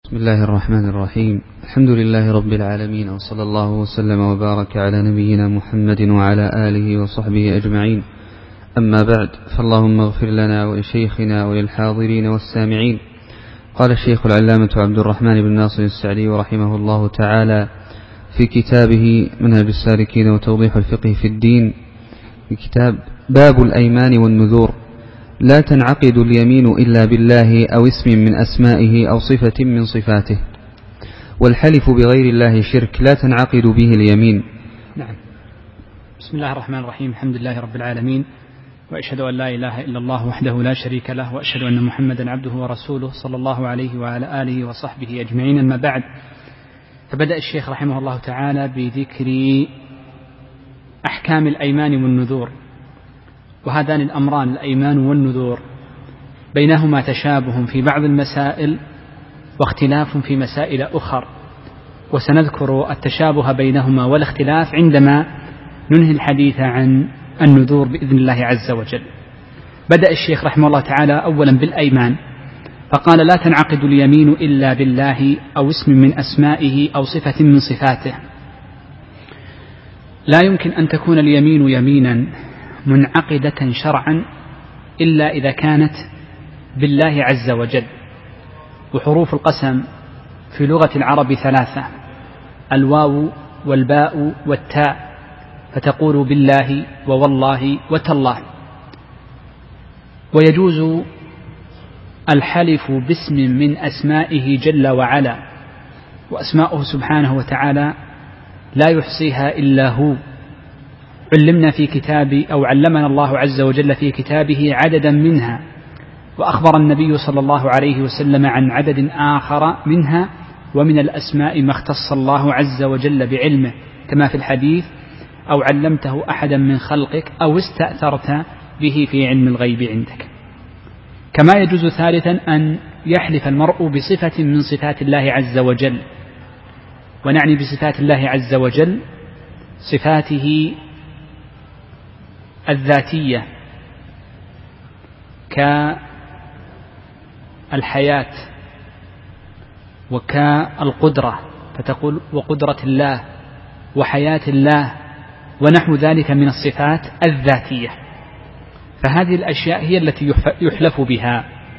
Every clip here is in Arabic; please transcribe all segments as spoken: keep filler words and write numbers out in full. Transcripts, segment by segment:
بسم الله الرحمن الرحيم. الحمد لله رب العالمين، وصلى الله وسلم وبارك على نبينا محمد وعلى آله وصحبه أجمعين. أما بعد، فاللهم اغفر لنا ولشيخنا وللحاضرين والسامعين. قال الشيخ العلامة عبد الرحمن بن ناصر السعدي رحمه الله تعالى في كتابه منهج السالكين وتوضيح الفقه في الدين، في كتاب باب الأيمان والنذور: لا تنعقد اليمين إلا بالله أو اسم من أسمائه أو صفة من صفاته، والحلف بغير الله شرك لا تنعقد به اليمين. نعم. بسم الله الرحمن الرحيم. الحمد لله رب العالمين، وأشهد أن لا إله إلا الله وحده لا شريك له، وأشهد أن محمدا عبده ورسوله صلى الله عليه وعلى آله وصحبه أجمعين. أما بعد، فبدأ الشيخ رحمه الله تعالى بذكر أحكام الأيمان والنذور، وهذان الأمران الأيمان والنذور بينهما تشابه في بعض المسائل واختلاف في مسائل أخر، وسنذكر التشابه بينهما والاختلاف عندما ننهي الحديث عن النذور بإذن الله عز وجل. بدأ الشيخ رحمه الله تعالى أولا بالأيمان، فقال: لا تنعقد اليمين إلا بالله أو اسم من أسمائه أو صفة من صفاته. لا يمكن أن تكون اليمين يمينا منعقدة شرعا إلا إذا كانت بالله عز وجل. وحروف القسم في لغة العرب ثلاثة: الواو والباء والتاء، فتقول بالله ووالله وتالله. ويجوز الحلف باسم من أسمائه جل وعلا، وأسماؤه سبحانه وتعالى لا يحصيها إلا هو. علمنا في كتاب أو علمنا الله عز وجل في كتابه عددا منها، وأخبر النبي صلى الله عليه وسلم عن عدد آخر منها. ومن الأسماء ما اختص الله عز وجل بعلمه، كما في الحديث: أو علمته أحدا من خلقك أو استأثرت به في علم الغيب عندك. كما يجوز ثالثا أن يحلف المرء بصفة من صفات الله عز وجل، ونعني بصفات الله عز وجل صفاته الذاتية كالحياة وكالقدرة، فتقول: وقدرة الله وحياة الله ونحو ذلك من الصفات الذاتية. فهذه الأشياء هي التي يحلف بها.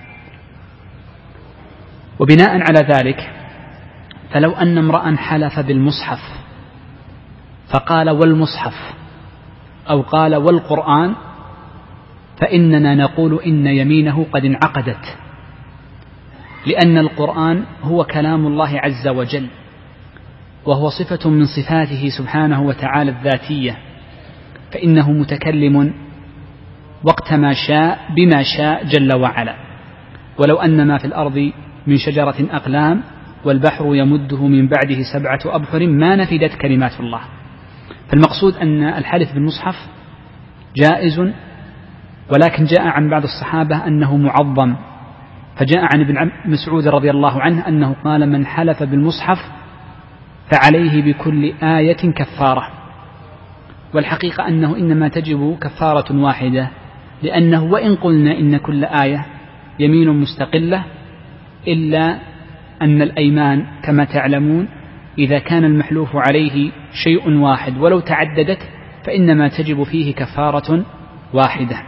وبناء على ذلك، فلو أن امرأ حلف بالمصحف فقال: والمصحف، أو قال: والقرآن، فإننا نقول إن يمينه قد انعقدت، لأن القرآن هو كلام الله عز وجل، وهو صفة من صفاته سبحانه وتعالى الذاتية، فإنه متكلم وقت ما شاء بما شاء جل وعلا. ولو أن ما في الأرض من شجرة أقلام والبحر يمده من بعده سبعة أبحر ما نفدت كلمات الله. فالمقصود أن الحلف بالمصحف جائز، ولكن جاء عن بعض الصحابة أنه معظم. فجاء عن ابن مسعود رضي الله عنه أنه قال: من حلف بالمصحف فعليه بكل آية كفارة. والحقيقة أنه إنما تجب كفارة واحدة، لأنه وإن قلنا إن كل آية يمين مستقلة، إلا أن الأيمان كما تعلمون إذا كان المحلوف عليه شيء واحد ولو تعددت فإنما تجب فيه كفارة واحدة.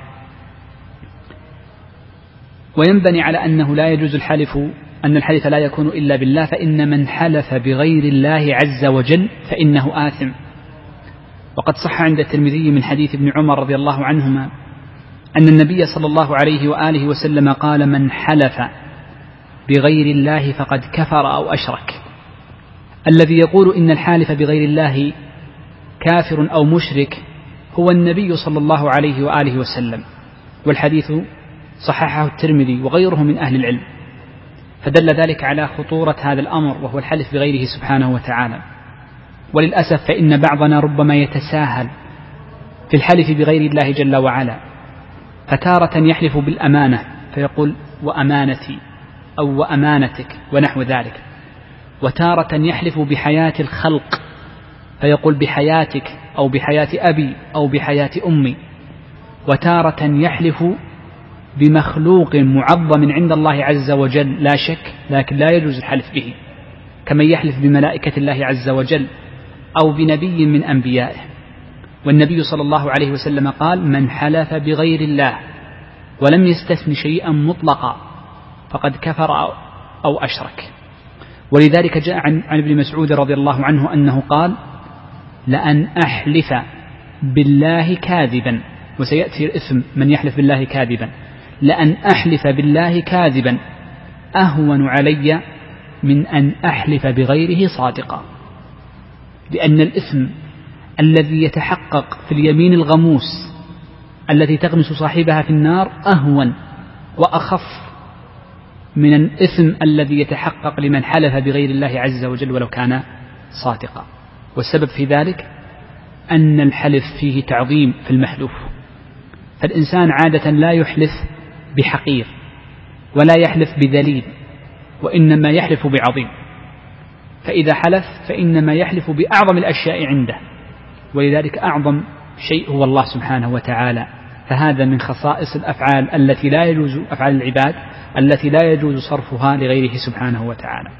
وينبني على أنه لا يجوز الحلف، أن الحلف لا يكون إلا بالله، فإن من حلف بغير الله عز وجل فإنه آثم. وقد صح عند الترمذي من حديث ابن عمر رضي الله عنهما أن النبي صلى الله عليه وآله وسلم قال: من حلف بغير الله فقد كفر أو أشرك. الذي يقول إن الحالف بغير الله كافر أو مشرك هو النبي صلى الله عليه وآله وسلم، والحديث صححه الترمذي وغيره من أهل العلم. فدل ذلك على خطورة هذا الأمر، وهو الحلف بغيره سبحانه وتعالى. وللأسف فإن بعضنا ربما يتساهل في الحلف بغير الله جل وعلا، فتارة يحلف بالأمانة فيقول: وأمانتي، أو وأمانتك ونحو ذلك. وتارة يحلف بحياة الخلق فيقول: بحياتك، أو بحياة أبي، أو بحياة أمي. وتارة يحلف بمخلوق معظم عند الله عز وجل لا شك، لكن لا يجوز الحلف به، كمن يحلف بملائكة الله عز وجل أو بنبي من أنبيائه. والنبي صلى الله عليه وسلم قال: من حلف بغير الله ولم يستثن شيئا مطلقا فقد كفر أو أشرك. ولذلك جاء عن, عن ابن مسعود رضي الله عنه أنه قال: لأن أحلف بالله كاذبا، وسيأتي الإثم من يحلف بالله كاذبا، لأن أحلف بالله كاذبا أهون علي من أن أحلف بغيره صادقا. لأن الإثم الذي يتحقق في اليمين الغموس التي تغمس صاحبها في النار أهون وأخف من الإثم الذي يتحقق لمن حلف بغير الله عز وجل ولو كان صادقا. والسبب في ذلك أن الحلف فيه تعظيم في المحلوف، فالإنسان عادة لا يحلف بحقير ولا يحلف بذليل، وإنما يحلف بعظيم، فإذا حلف فإنما يحلف بأعظم الأشياء عنده، ولذلك أعظم شيء هو الله سبحانه وتعالى. فهذا من خصائص الأفعال التي لا يجوز، أفعال العباد التي لا يجوز صرفها لغيره سبحانه وتعالى.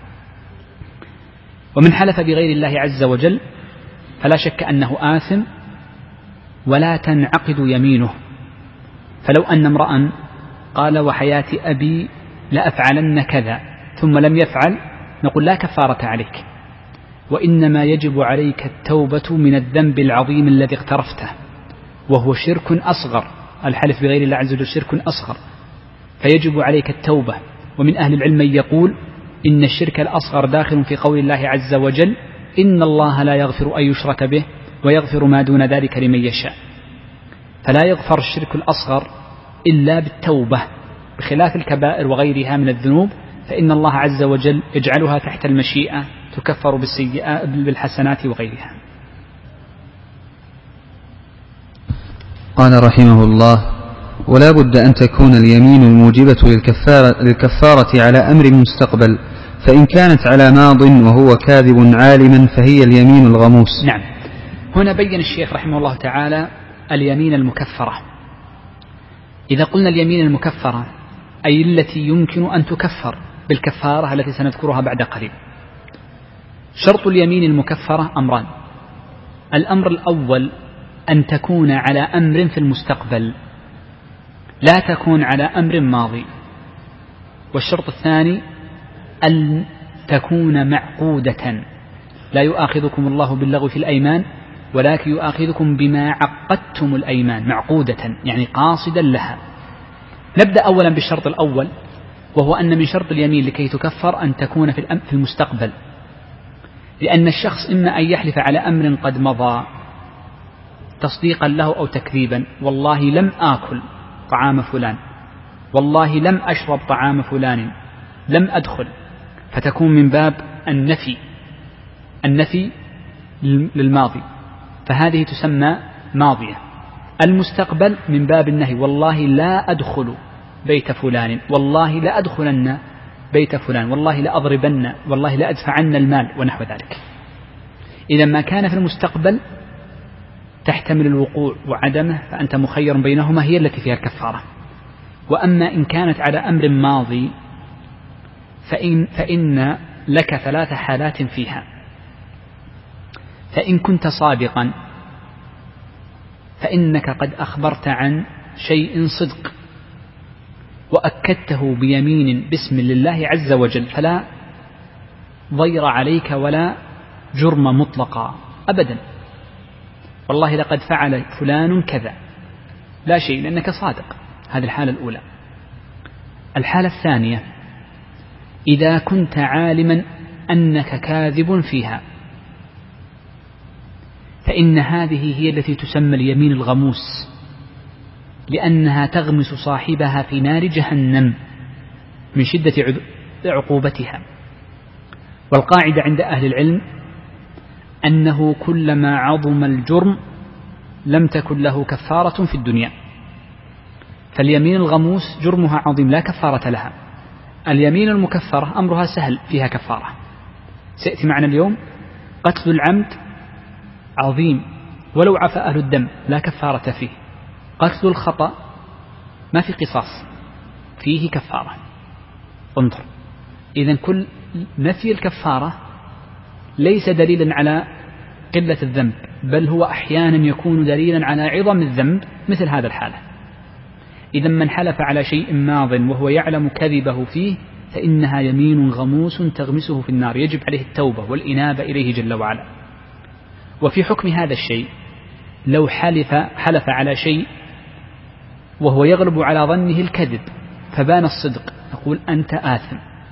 ومن حلف بغير الله عز وجل فلا شك أنه آثم ولا تنعقد يمينه. فلو أن امرأ قال: وحياة أبي لأفعلن كذا، ثم لم يفعل، نقول: لا كفارة عليك، وإنما يجب عليك التوبة من الذنب العظيم الذي اقترفته، وهو شرك أصغر. الحلف بغير الله عز وجل شرك أصغر، فيجب عليك التوبة. ومن أهل العلم من يقول إن الشرك الأصغر داخل في قول الله عز وجل: إن الله لا يغفر أن يشرك به ويغفر ما دون ذلك لمن يشاء. فلا يغفر الشرك الأصغر إلا بالتوبة، بخلاف الكبائر وغيرها من الذنوب، فإن الله عز وجل يجعلها تحت المشيئة تكفر بالسيئات بالحسنات وغيرها. قال رحمه الله: ولا بد أن تكون اليمين الموجبة للكفارة, للكفارة على أمر مستقبل، فإن كانت على ماض وهو كاذب عالما فهي اليمين الغموس. نعم. هنا بين الشيخ رحمه الله تعالى اليمين المكفرة. إذا قلنا اليمين المكفرة أي التي يمكن أن تكفر بالكفارة التي سنذكرها بعد قليل. شرط اليمين المكفرة أمران: الأمر الأول أن تكون على أمر في المستقبل، لا تكون على أمر ماضي. والشرط الثاني أن تكون معقودة، لا يؤاخذكم الله باللغو في الأيمان ولكن يؤاخذكم بما عقدتم الأيمان، معقودة يعني قاصدا لها. نبدأ أولا بالشرط الأول، وهو أن من شرط اليمين لكي تكفر أن تكون في المستقبل، لأن الشخص إما أن يحلف على أمر قد مضى تصديقا له أو تكذيبا: والله لم آكل طعام فلان، والله لم أشرب طعام فلان، لم أدخل، فتكون من باب النفي النفي للماضي، فهذه تسمى ماضية. المستقبل من باب النهي: والله لا أدخل بيت فلان، والله لا أدخلن بيت فلان، والله لا أضربن، والله لا أدفعن المال، ونحو ذلك. إذا ما كان في المستقبل تحتمل الوقوع وعدمه فأنت مخير بينهما، هي التي فيها الكفارة. وأما إن كانت على أمر ماضي فإن, فإن لك ثلاث حالات فيها. فإن كنت صادقا فإنك قد أخبرت عن شيء صدق وأكدته بيمين باسم لله عز وجل، فلا ضير عليك ولا جرم مطلقا أبدا. والله لقد فعل فلان كذا، لا شيء، لأنك صادق. هذه الحالة الأولى. الحالة الثانية: إذا كنت عالما أنك كاذب فيها، فإن هذه هي التي تسمى اليمين الغموس، لأنها تغمس صاحبها في نار جهنم من شدة عقوبتها. والقاعدة عند أهل العلم أنه كلما عظم الجرم لم تكن له كفارة في الدنيا. فاليمين الغموس جرمها عظيم لا كفارة لها. اليمين المكفرة أمرها سهل فيها كفارة، سيأتي معنا اليوم. قتل العمد عظيم ولو عفى أهل الدم لا كفارة فيه. قتل الخطأ ما في قصاص فيه كفارة. انظر، إذن كل نفي الكفارة ليس دليلا على قلة الذنب، بل هو أحيانا يكون دليلا على عظم الذنب مثل هذا الحالة. إذا من حلف على شيء ماض وهو يعلم كذبه فيه فإنها يمين غموس تغمسه في النار، يجب عليه التوبة والإنابة إليه جل وعلا. وفي حكم هذا الشيء لو حلف حلف على شيء وهو يغلب على ظنه الكذب فبان الصدق، نقول أنت آثم.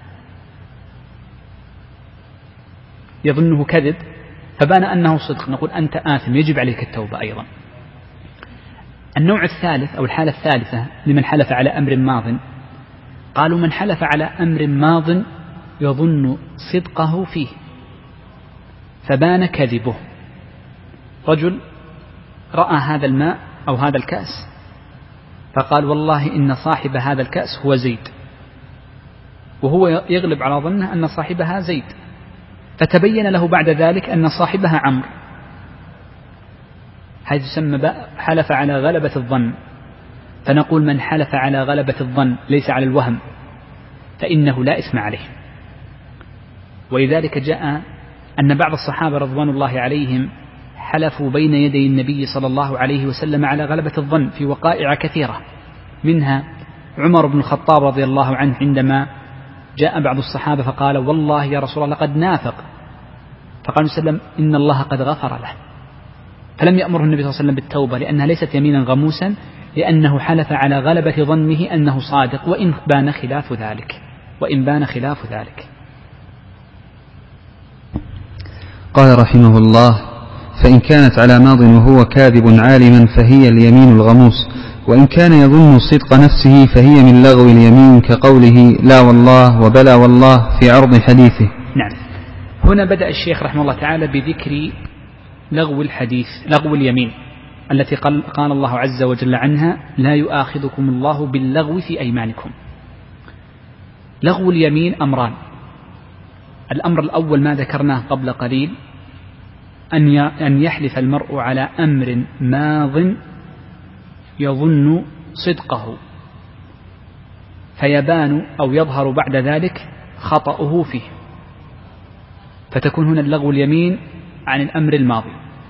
يظنه كذب فبان أنه صدق، نقول أنت آثم، يجب عليك التوبة أيضا. النوع الثالث أو الحالة الثالثة لمن حلف على أمر ماض، قالوا من حلف على أمر ماض يظن صدقه فيه فبان كذبه. رجل رأى هذا الماء أو هذا الكأس فقال والله إن صاحب هذا الكأس هو زيد، وهو يغلب على ظنه أن صاحبها زيد، فتبين له بعد ذلك أن صاحبها عمرو، هذا يسمى حلف على غلبة الظن. فنقول من حلف على غلبة الظن ليس على الوهم فإنه لا إثم عليه. ولذلك جاء أن بعض الصحابة رضوان الله عليهم حلفوا بين يدي النبي صلى الله عليه وسلم على غلبة الظن في وقائع كثيرة، منها عمر بن الخطاب رضي الله عنه عندما جاء بعض الصحابة فقال والله يا رسول الله قد نافق، فقال صلى الله عليه وسلم إن الله قد غفر له، فلم يأمره النبي صلى الله عليه وسلم بالتوبة لأنها ليست يمينا غموسا، لأنه حلف على غلبة ظنه أنه صادق وإن بان خلاف ذلك وإن بان خلاف ذلك. قال رحمه الله: فإن كانت على ماض وهو كاذب عالما فهي اليمين الغموس، وإن كان يظن صدق نفسه فهي من لغو اليمين كقوله لا والله وبلا والله في عرض حديثه. نعم، هنا بدأ الشيخ رحمه الله تعالى بذكر لغو الحديث، لغو اليمين التي قال الله عز وجل عنها لا يؤاخذكم الله باللغو في أيمانكم. لغو اليمين أمران: الأمر الأول ما ذكرناه قبل قليل، أن يحلف المرء على أمر ماض يظن صدقه فيبان أو يظهر بعد ذلك خطأه فيه، فتكون هنا اللغو اليمين عن الأمر الماضي.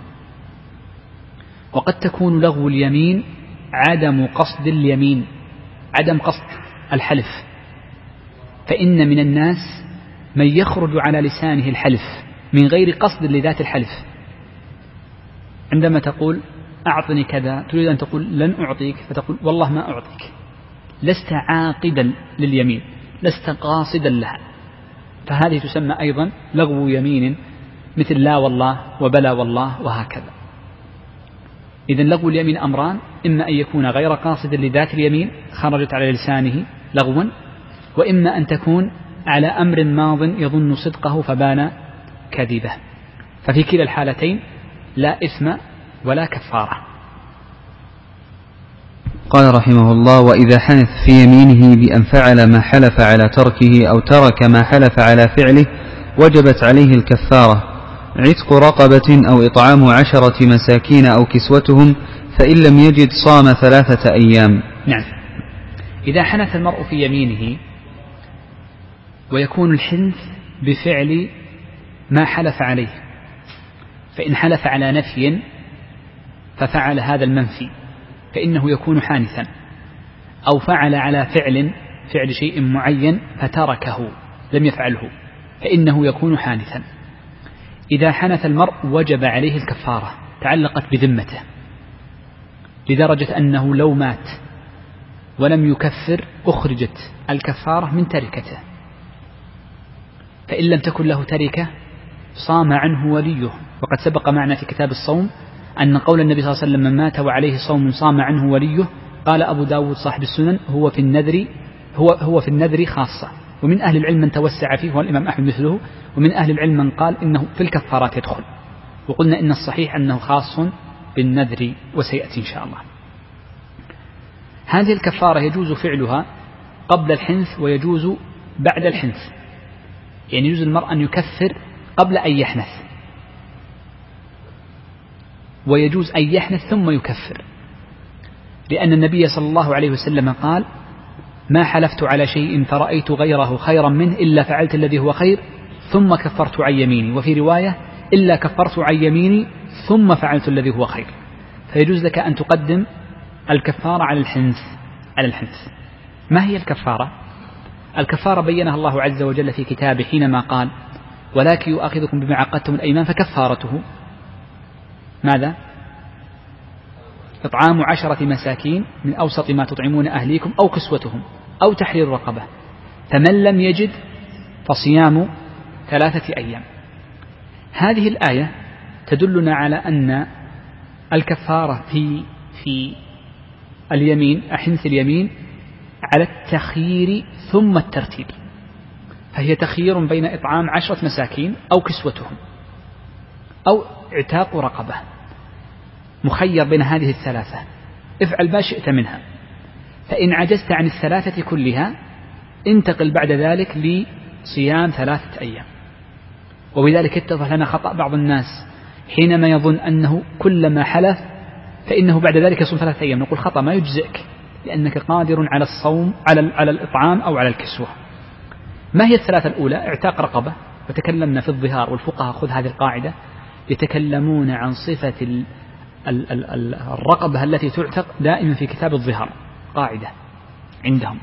وقد تكون لغو اليمين عدم قصد اليمين، عدم قصد الحلف، فإن من الناس من يخرج على لسانه الحلف من غير قصد لذات الحلف. عندما تقول أعطني كذا تريد أن تقول لن أعطيك، فتقول والله ما أعطيك، لست عاقدا لليمين، لست قاصدا لها، فهذه تسمى أيضا لغو يمين مثل لا والله وبلا والله وهكذا. إذن لغو اليمين أمران: إما أن يكون غير قاصد لذات اليمين خرجت على لسانه لغوا، وإما أن تكون على أمر ماض يظن صدقه فبان كذبه، ففي كلا الحالتين لا إثم ولا كفارة. قال رحمه الله: وإذا حنث في يمينه بأن فعل ما حلف على تركه أو ترك ما حلف على فعله وجبت عليه الكفارة: عتق رقبة أو إطعام عشرة مساكين أو كسوتهم، فإن لم يجد صام ثلاثة أيام. نعم، إذا حنث المرء في يمينه ويكون الحنث بفعل ما حلف عليه، فإن حلف على نفي ففعل هذا المنفي فإنه يكون حانثا، أو فعل على فعل فعل شيء معين فتركه لم يفعله فإنه يكون حانثا. إذا حنث المرء وجب عليه الكفارة، تعلقت بذمته لدرجة أنه لو مات ولم يكفر أخرجت الكفارة من تركته، فإن لم تكن له تركة صام عنه وليه. وقد سبق معنا في كتاب الصوم أن قول النبي صلى الله عليه وسلم من مات وعليه صوم صام عنه وليه، قال أبو داود صاحب السنن هو في النذر هو, هو في النذر خاصة، ومن أهل العلم من توسع فيه والإمام أحمد مثله، ومن أهل العلم من قال إنه في الكفارات يدخل، وقلنا إن الصحيح أنه خاص بالنذر وسيأتي إن شاء الله. هذه الكفارة يجوز فعلها قبل الحنث ويجوز بعد الحنث، يعني يجوز المرء أن يكفر قبل أن يحنث، ويجوز أن يحنث ثم يكفر، لأن النبي صلى الله عليه وسلم قال ما حلفت على شيء فرأيت غيره خيرا منه إلا فعلت الذي هو خير ثم كفرت عن يميني، وفي رواية إلا كفرت عن يميني ثم فعلت الذي هو خير. فيجوز لك أن تقدم الكفارة على الحنث على الحنث. ما هي الكفارة؟ الكفارة بينها الله عز وجل في كتابه حينما قال ولكن يؤاخذكم بما عقدتم الأيمان فكفارته ماذا؟ إطعام عشرة مساكين من أوسط ما تطعمون أهليكم أو كسوتهم أو تحرير رقبة، فمن لم يجد فصيام ثلاثة أيام. هذه الآية تدلنا على أن الكفارة في في اليمين أحنث اليمين على التخيير ثم الترتيب، فهي تخيير بين إطعام عشرة مساكين أو كسوتهم أو اعتاق رقبة، مخير بين هذه الثلاثة، افعل ما شئت منها. فإن عجزت عن الثلاثة كلها انتقل بعد ذلك لصيام ثلاثة أيام. وبذلك اتضح لنا خطأ بعض الناس حينما يظن أنه كلما حلف فإنه بعد ذلك يصوم ثلاثة أيام. نقول خطأ، ما يجزئك، لأنك قادر على الصوم على على الإطعام أو على الكسوة. ما هي الثلاثة الأولى؟ اعتاق رقبة، وتكلمنا في الظهار، والفقهاء خذ هذه القاعدة يتكلمون عن صفة ال ال ال الرقبة التي تعتق دائما في كتاب الظهار، قاعدة عندهم،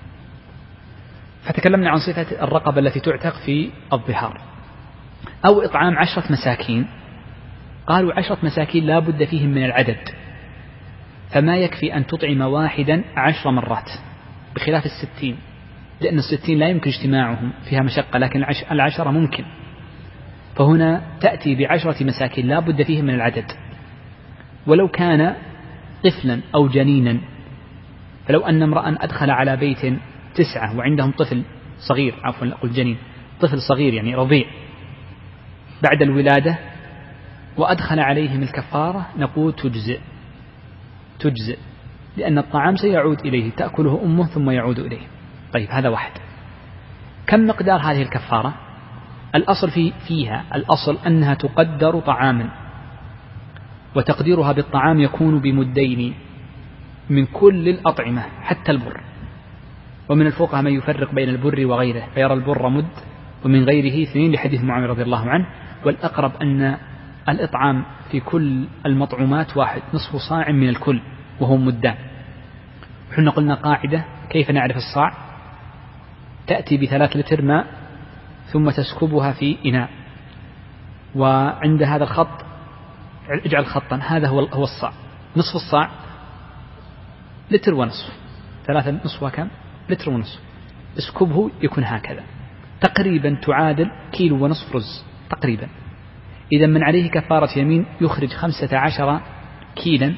فتكلمنا عن صفة الرقبة التي تعتق في الظهار. أو إطعام عشرة مساكين، قالوا عشرة مساكين لا بد فيهم من العدد، فما يكفي أن تطعم واحدا عشر مرات بخلاف الستين، لأن الستين لا يمكن اجتماعهم فيها مشقة، لكن العشرة ممكن. فهنا تأتي بعشرة مساكين لا بد فيهم من العدد، ولو كان طفلا أو جنينا. فلو أن امرأ أدخل على بيت تسعة وعندهم طفل صغير، عفوا أقول جنين، طفل صغير يعني رضيع بعد الولادة، وأدخل عليهم الكفارة، نقول تجزئ تجزئ لأن الطعام سيعود إليه، تأكله أمه ثم يعود إليه. طيب هذا واحد. كم مقدار هذه الكفارة؟ الأصل في فيها الأصل أنها تقدر طعاما، وتقديرها بالطعام يكون بمدين من كل الأطعمة حتى البر. ومن الفقهاء من يفرق بين البر وغيره فيرى البر مد ومن غيره اثنين لحديث معاوية رضي الله عنه. والأقرب أن الإطعام في كل المطعومات واحد، نصف صاع من الكل وهو مدان. وحنا قلنا قاعدة كيف نعرف الصاع؟ تأتي بثلاث لتر ماء ثم تسكبها في إناء، وعند هذا الخط اجعل خطا، هذا هو هو الصاع. نصف الصاع لتر ونصف، ثلاثة نصفها كم؟ لتر ونصف. اسكبه يكون هكذا، تقريبا تعادل كيلو ونصف رز تقريبا. إذا من عليه كفارة يمين يخرج خمسة عشر كيلا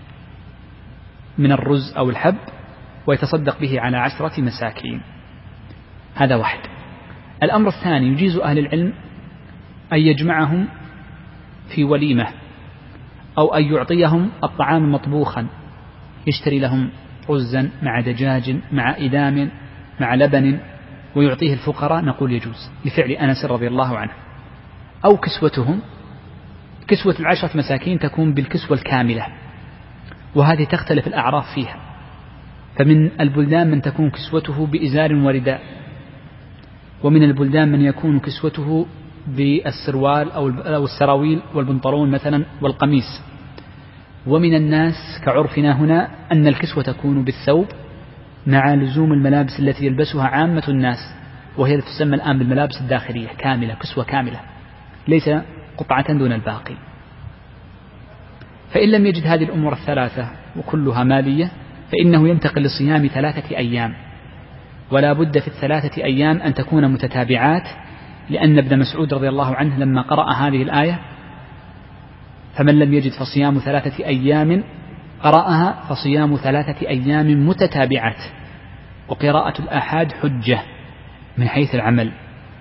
من الرز أو الحب ويتصدق به على عشرة مساكين. هذا واحد. الأمر الثاني، يجيز أهل العلم أن يجمعهم في وليمة، أو أن يعطيهم الطعام مطبوخا، يشتري لهم رزا مع دجاج مع إدام مع لبن ويعطيه الفقراء، نقول يجوز لفعل أنس رضي الله عنه. أو كسوتهم، كسوة العشرة مساكين تكون بالكسوة الكاملة، وهذه تختلف الأعراف فيها. فمن البلدان من تكون كسوته بإزار ورداء، ومن البلدان من يكون كسوته بالسروال أو السراويل والبنطلون مثلا والقميص. ومن الناس كعرفنا هنا أن الكسوة تكون بالثوب مع لزوم الملابس التي يلبسها عامة الناس، وهي تسمى الآن بالملابس الداخلية كاملة، كسوة كاملة ليس قطعة دون الباقي. فإن لم يجد هذه الأمور الثلاثة وكلها مالية فإنه ينتقل لصيام ثلاثة أيام، ولا بد في الثلاثة أيام أن تكون متتابعات، لأن ابن مسعود رضي الله عنه لما قرأ هذه الآية فمن لم يجد فصيام ثلاثة أيام قرأها فصيام ثلاثة أيام متتابعات، وقراءة الآحاد حجة من حيث العمل.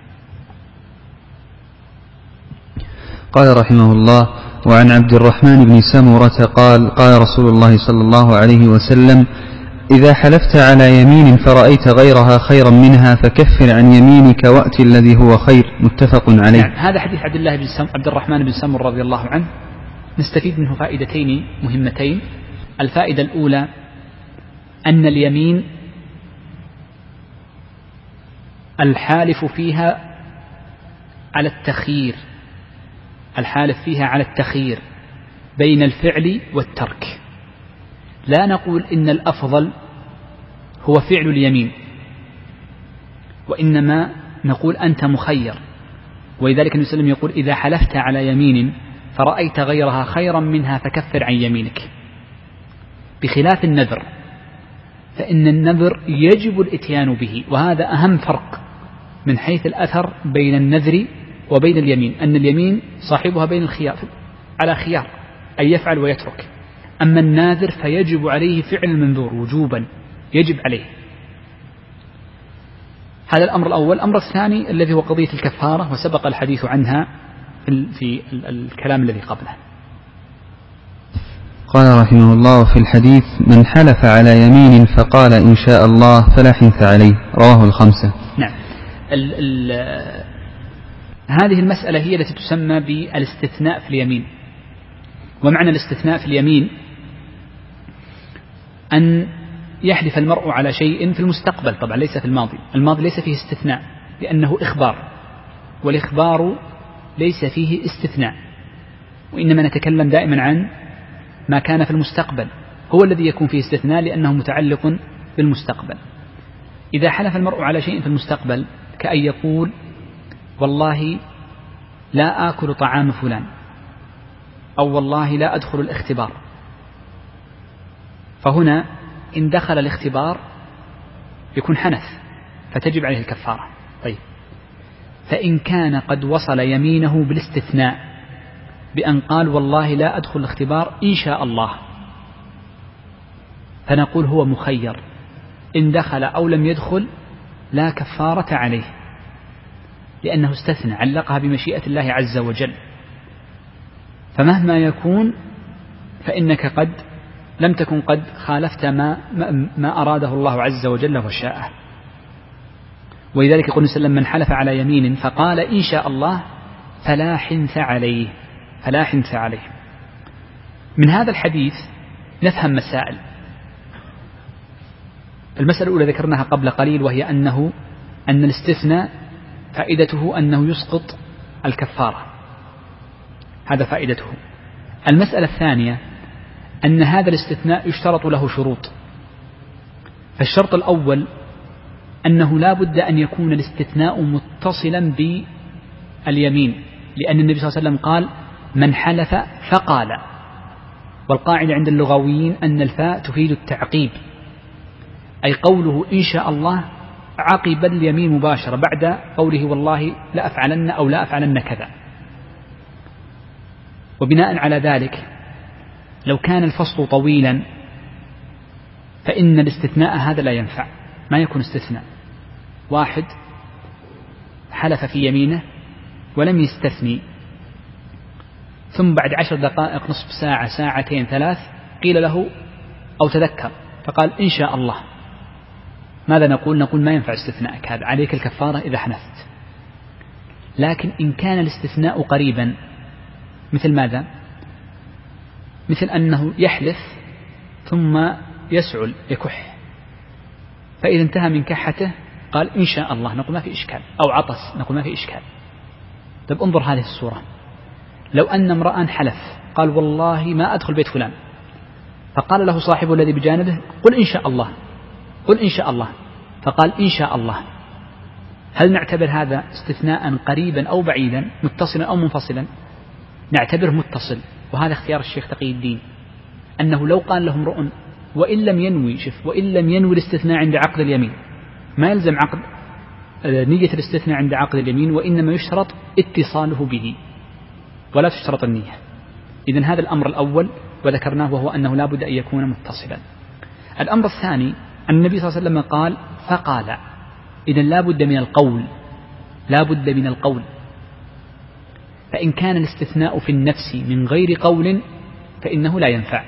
قال رحمه الله: وعن عبد الرحمن بن سمرة قال: قال رسول الله صلى الله عليه وسلم: إذا حلفت على يمين فرأيت غيرها خيرا منها فكفر عن يمينك وأت الذي هو خير. متفق عليه. يعني هذا حديث عبد الله بن سم... عبد الرحمن بن سمر رضي الله عنه، نستفيد منه فائدتين مهمتين. الفائدة الأولى أن اليمين الحالف فيها على التخيير الحالف فيها على التخيير بين الفعل والترك. لا نقول إن الأفضل هو فعل اليمين، وإنما نقول أنت مخير. ولذلك النبي صلى الله عليه وسلم يقول إذا حلفت على يمين فرأيت غيرها خيرا منها فكفر عن يمينك، بخلاف النذر، فإن النذر يجب الإتيان به. وهذا أهم فرق من حيث الأثر بين النذر وبين اليمين، أن اليمين صاحبها بين الخيار على خيار أن يفعل ويترك، أما الناذر فيجب عليه فعل المنذور وجوبا، يجب عليه. هذا الأمر الأول. الأمر الثاني الذي هو قضية الكفارة، وسبق الحديث عنها في الكلام الذي قبله. قال رحمه الله في الحديث: من حلف على يمين فقال إن شاء الله فلا حنث عليه، رواه الخمسة. نعم. ال ال هذه المسألة هي التي تسمى بالاستثناء في اليمين. ومعنى الاستثناء في اليمين أن يحلف المرء على شيء في المستقبل، طبعا ليس في الماضي. الماضي ليس فيه استثناء لأنه إخبار، والإخبار ليس فيه استثناء، وإنما نتكلم دائما عن ما كان في المستقبل، هو الذي يكون فيه استثناء لأنه متعلق بالمستقبل. إذا حلف المرء على شيء في المستقبل كأن يقول والله لا آكل طعام فلان، أو والله لا أدخل الاختبار، فهنا إن دخل الاختبار يكون حنث فتجب عليه الكفارة. طيب، فإن كان قد وصل يمينه بالاستثناء بأن قال والله لا أدخل الاختبار إن شاء الله، فنقول هو مخير، إن دخل أو لم يدخل لا كفارة عليه، لأنه استثنى، علقها بمشيئة الله عز وجل. فمهما يكون فإنك قد لم تكن قد خالفت ما, ما أراده الله عز وجل وشاءه. ولذلك يقول صلى الله عليه وسلم: من حلف على يمين فقال إن شاء الله فلا حنث عليه، فلا حنث عليه. من هذا الحديث نفهم مسائل. المسألة الأولى ذكرناها قبل قليل، وهي أنه أن الاستثناء فائدته أنه يسقط الكفارة، هذا فائدته. المسألة الثانية أن هذا الاستثناء يشترط له شروط. فالشرط الأول أنه لا بد أن يكون الاستثناء متصلا باليمين، لأن النبي صلى الله عليه وسلم قال: من حلف فقال. والقاعدة عند اللغويين أن الفاء تفيد التعقيب، أي قوله إن شاء الله عقب اليمين مباشرة بعد قوله والله لا أفعلن أو لا أفعلن كذا. وبناء على ذلك لو كان الفصل طويلا فإن الاستثناء هذا لا ينفع، ما يكون استثناء. واحد حلف في يمينه ولم يستثني، ثم بعد عشر دقائق، نصف ساعة، ساعتين، ثلاث، قيل له أو تذكر فقال إن شاء الله، ماذا نقول؟ نقول ما ينفع استثناءك هذا، عليك الكفارة إذا حنثت. لكن إن كان الاستثناء قريبا، مثل ماذا؟ مثل أنه يحلف ثم يسعل يكح، فإذا انتهى من كحته قال إن شاء الله، نقول ما في إشكال. أو عطس، نقول ما في إشكال. طيب انظر هذه الصورة، لو أن امرأ حلف قال والله ما أدخل بيت فلان، فقال له صاحبه الذي بجانبه قل إن شاء الله، قل إن شاء الله، فقال إن شاء الله، هل نعتبر هذا استثناء قريبا أو بعيدا، متصلا أو منفصلا؟ نعتبره متصل. وهذا اختيار الشيخ تقي الدين، أنه لو قال له امرؤ وإن لم ينوي، شف وإن لم ينوي الاستثناء عند عقد اليمين، ما يلزم عقد نية الاستثناء عند عقد اليمين، وإنما يشترط اتصاله به ولا تشترط النية. إذن هذا الأمر الأول وذكرناه، وهو أنه لا بد أن يكون متصلا. الأمر الثاني أن النبي صلى الله عليه وسلم قال فقال، إذن لا بد من القول، لا بد من القول. فإن كان الاستثناء في النفس من غير قول فإنه لا ينفع،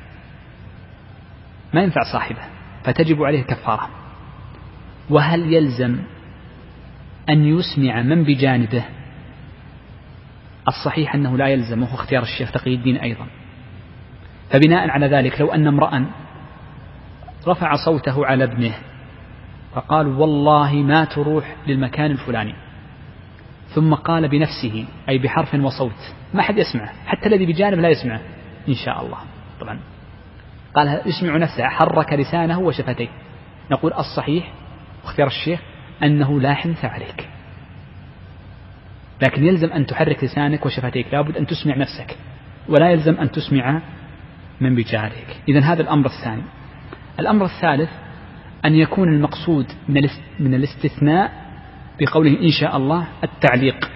ما ينفع صاحبه، فتجب عليه كفارة. وهل يلزم أن يسمع من بجانبه؟ الصحيح أنه لا يلزم، وهو اختيار الشيخ تقي الدين أيضا. فبناء على ذلك لو أن امرأ رفع صوته على ابنه فقال والله ما تروح للمكان الفلاني، ثم قال بنفسه أي بحرف وصوت ما حد يسمعه، حتى الذي بجانب لا يسمعه إن شاء الله. طبعا قال يسمع نفسه، حرك لسانه وشفتيه. نقول الصحيح واختيار الشيخ أنه لا حنث عليك، لكن يلزم أن تحرك لسانك وشفتيك، لابد أن تسمع نفسك ولا يلزم أن تسمع من بجانبك. إذن هذا الأمر الثاني. الأمر الثالث أن يكون المقصود من الاستثناء بقوله إن شاء الله التعليق،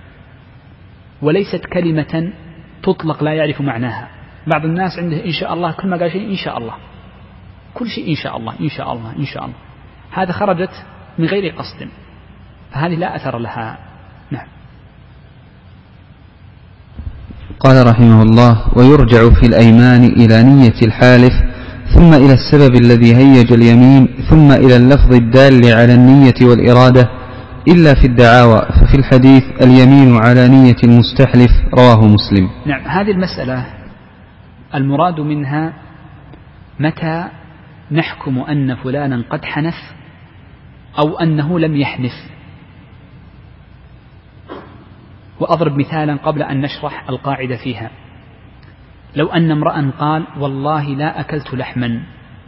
وليست كلمة تطلق لا يعرف معناها. بعض الناس عنده إن شاء الله كل ما قال شيء إن شاء الله، كل شيء إن شاء الله إن شاء الله إن شاء الله، هذا خرجت من غير قصد، فهذه لا أثر لها. نعم. قال رحمه الله: ويرجع في الأيمان إلى نية الحالف، ثم إلى السبب الذي هيج اليمين، ثم إلى اللفظ الدال على النية والإرادة، إلا في الدعاوى، ففي الحديث اليمين على نية المستحلف، رواه مسلم. نعم. هذه المسألة المراد منها متى نحكم أن فلانا قد حنث أو أنه لم يحنث. وأضرب مثالا قبل أن نشرح القاعدة فيها. لو أن امرأ قال والله لا أكلت لحما،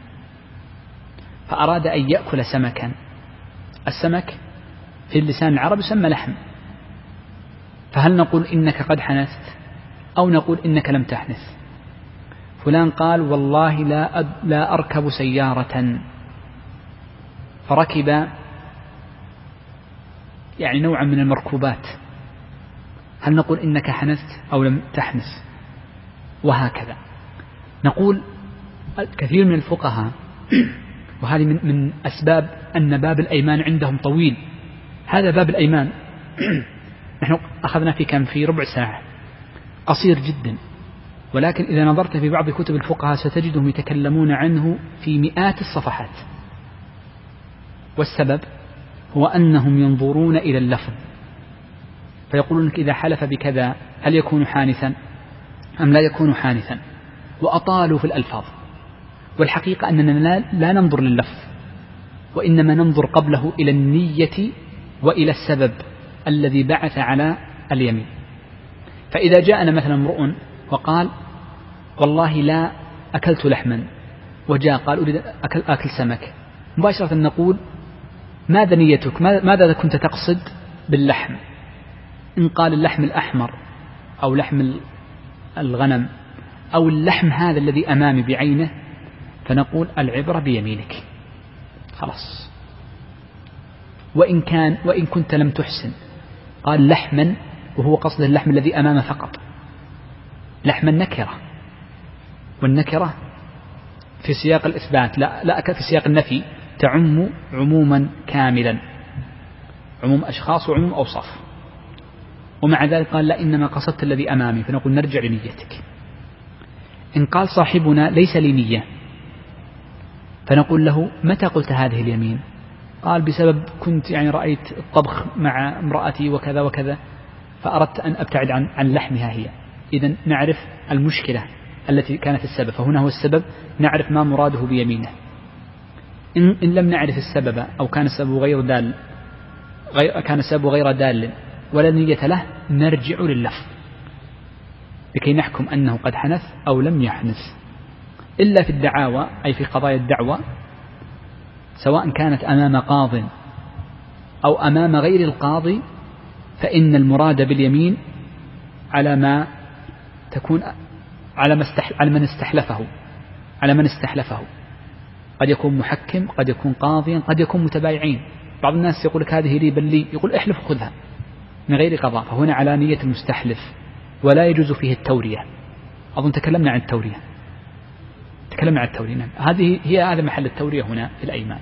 فأراد أن يأكل سمكا. السمك في اللسان العربي يسمى لحم، فهل نقول إنك قد حنثت أو نقول إنك لم تحنث؟ فلان قال والله لا, أد لا أركب سيارة، فركب يعني نوعا من المركوبات، هل نقول إنك حنثت أو لم تحنث؟ وهكذا. نقول كثير من الفقهاء، وهذه من, من أسباب أن باب الأيمان عندهم طويل، هذا باب الأيمان نحن أخذنا في كم في ربع ساعة، قصير جدا، ولكن إذا نظرت في بعض كتب الفقهاء ستجدهم يتكلمون عنه في مئات الصفحات. والسبب هو أنهم ينظرون إلى اللفظ، فيقولون لك إذا حلف بكذا هل يكون حانثا أم لا يكون حانثا، وأطالوا في الألفاظ. والحقيقة أننا لا, لا ننظر لللفظ، وإنما ننظر قبله إلى النية وإلى السبب الذي بعث على اليمين. فإذا جاءنا مثلا امرؤ وقال والله لا أكلت لحما، وجاء قال أريد أكل, أكل سمك، مباشرة نقول ماذا نيتك، ماذا كنت تقصد باللحم؟ إن قال اللحم الأحمر أو لحم الغنم أو اللحم هذا الذي أمامي بعينه، فنقول العبرة بيمينك خلاص. وإن كان وإن كنت لم تحسن، قال لحما وهو قصد اللحم الذي أمامه فقط، لحم النكرة، والنكرة في سياق الإثبات لا, لا في سياق النفي تعم عموما كاملا، عموم أشخاص وعموم أوصاف. ومع ذلك قال لا إنما قصدت الذي أمامي، فنقول نرجع لنيتك. إن قال صاحبنا ليس لي نية، فنقول له متى قلت هذه اليمين؟ قال بسبب كنت يعني رأيت الطبخ مع امرأتي وكذا وكذا، فأردت أن أبتعد عن, عن لحمها هي. إذن نعرف المشكلة التي كانت السبب، فهنا هو السبب، نعرف ما مراده بيمينه. إن, إن لم نعرف السبب أو كان السبب غير دال غير كان السبب غير دال ولا نية له، نرجع لللفظ لكي نحكم أنه قد حنث أو لم يحنث. إلا في الدعاوى، أي في قضايا الدعوة، سواء كانت أمام قاض أو أمام غير القاضي، فإن المراد باليمين على ما تكون على, ما استحل على من استحلفه على من استحلفه قد يكون محكم، قد يكون قاضيا، قد يكون متبايعين. بعض الناس يقول لك هذه لي بل لي، يقول احلف خذها من غير قضاء، فهنا على نية المستحلف، ولا يجوز فيه التورية. أظن تكلمنا عن التورية تكلمنا عن التورية نعم. هذه هي هذا محل التورية هنا في الأيمان.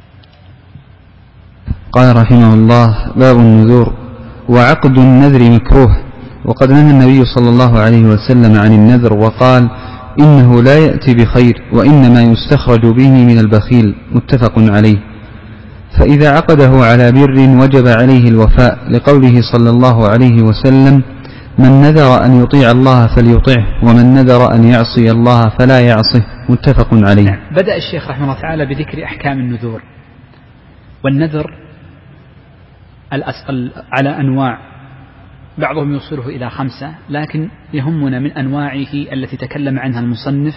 قال رحمه الله: باب النذور. وعقد النذر مكروه، وقد نهى النبي صلى الله عليه وسلم عن النذر وقال: إنه لا يأتي بخير، وإنما يستخرج به من البخيل، متفق عليه. فإذا عقده على بر وجب عليه الوفاء، لقوله صلى الله عليه وسلم: من نذر أن يطيع الله فليطعه، ومن نذر أن يعصي الله فلا يعصه، متفق عليه. بدأ الشيخ رحمه الله تعالى بذكر أحكام النذور، والنذر الأسأل على أنواع، بعضهم يوصله إلى خمسة، لكن يهمنا من أنواعه التي تكلم عنها المصنف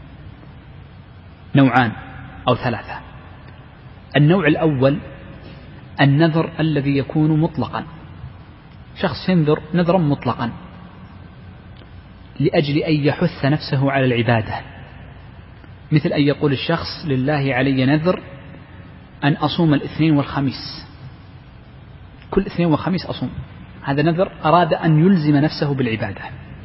نوعان أو ثلاثة. النوع الأول النذر الذي يكون مطلقا، شخص ينذر نذرا مطلقا لأجل أن يحث نفسه على العبادة، مثل أن يقول الشخص لله علي نذر أن أصوم الاثنين والخميس، كل اثنين وخميس أصوم، هذا نذر أراد أن يلزم نفسه بالعبادة.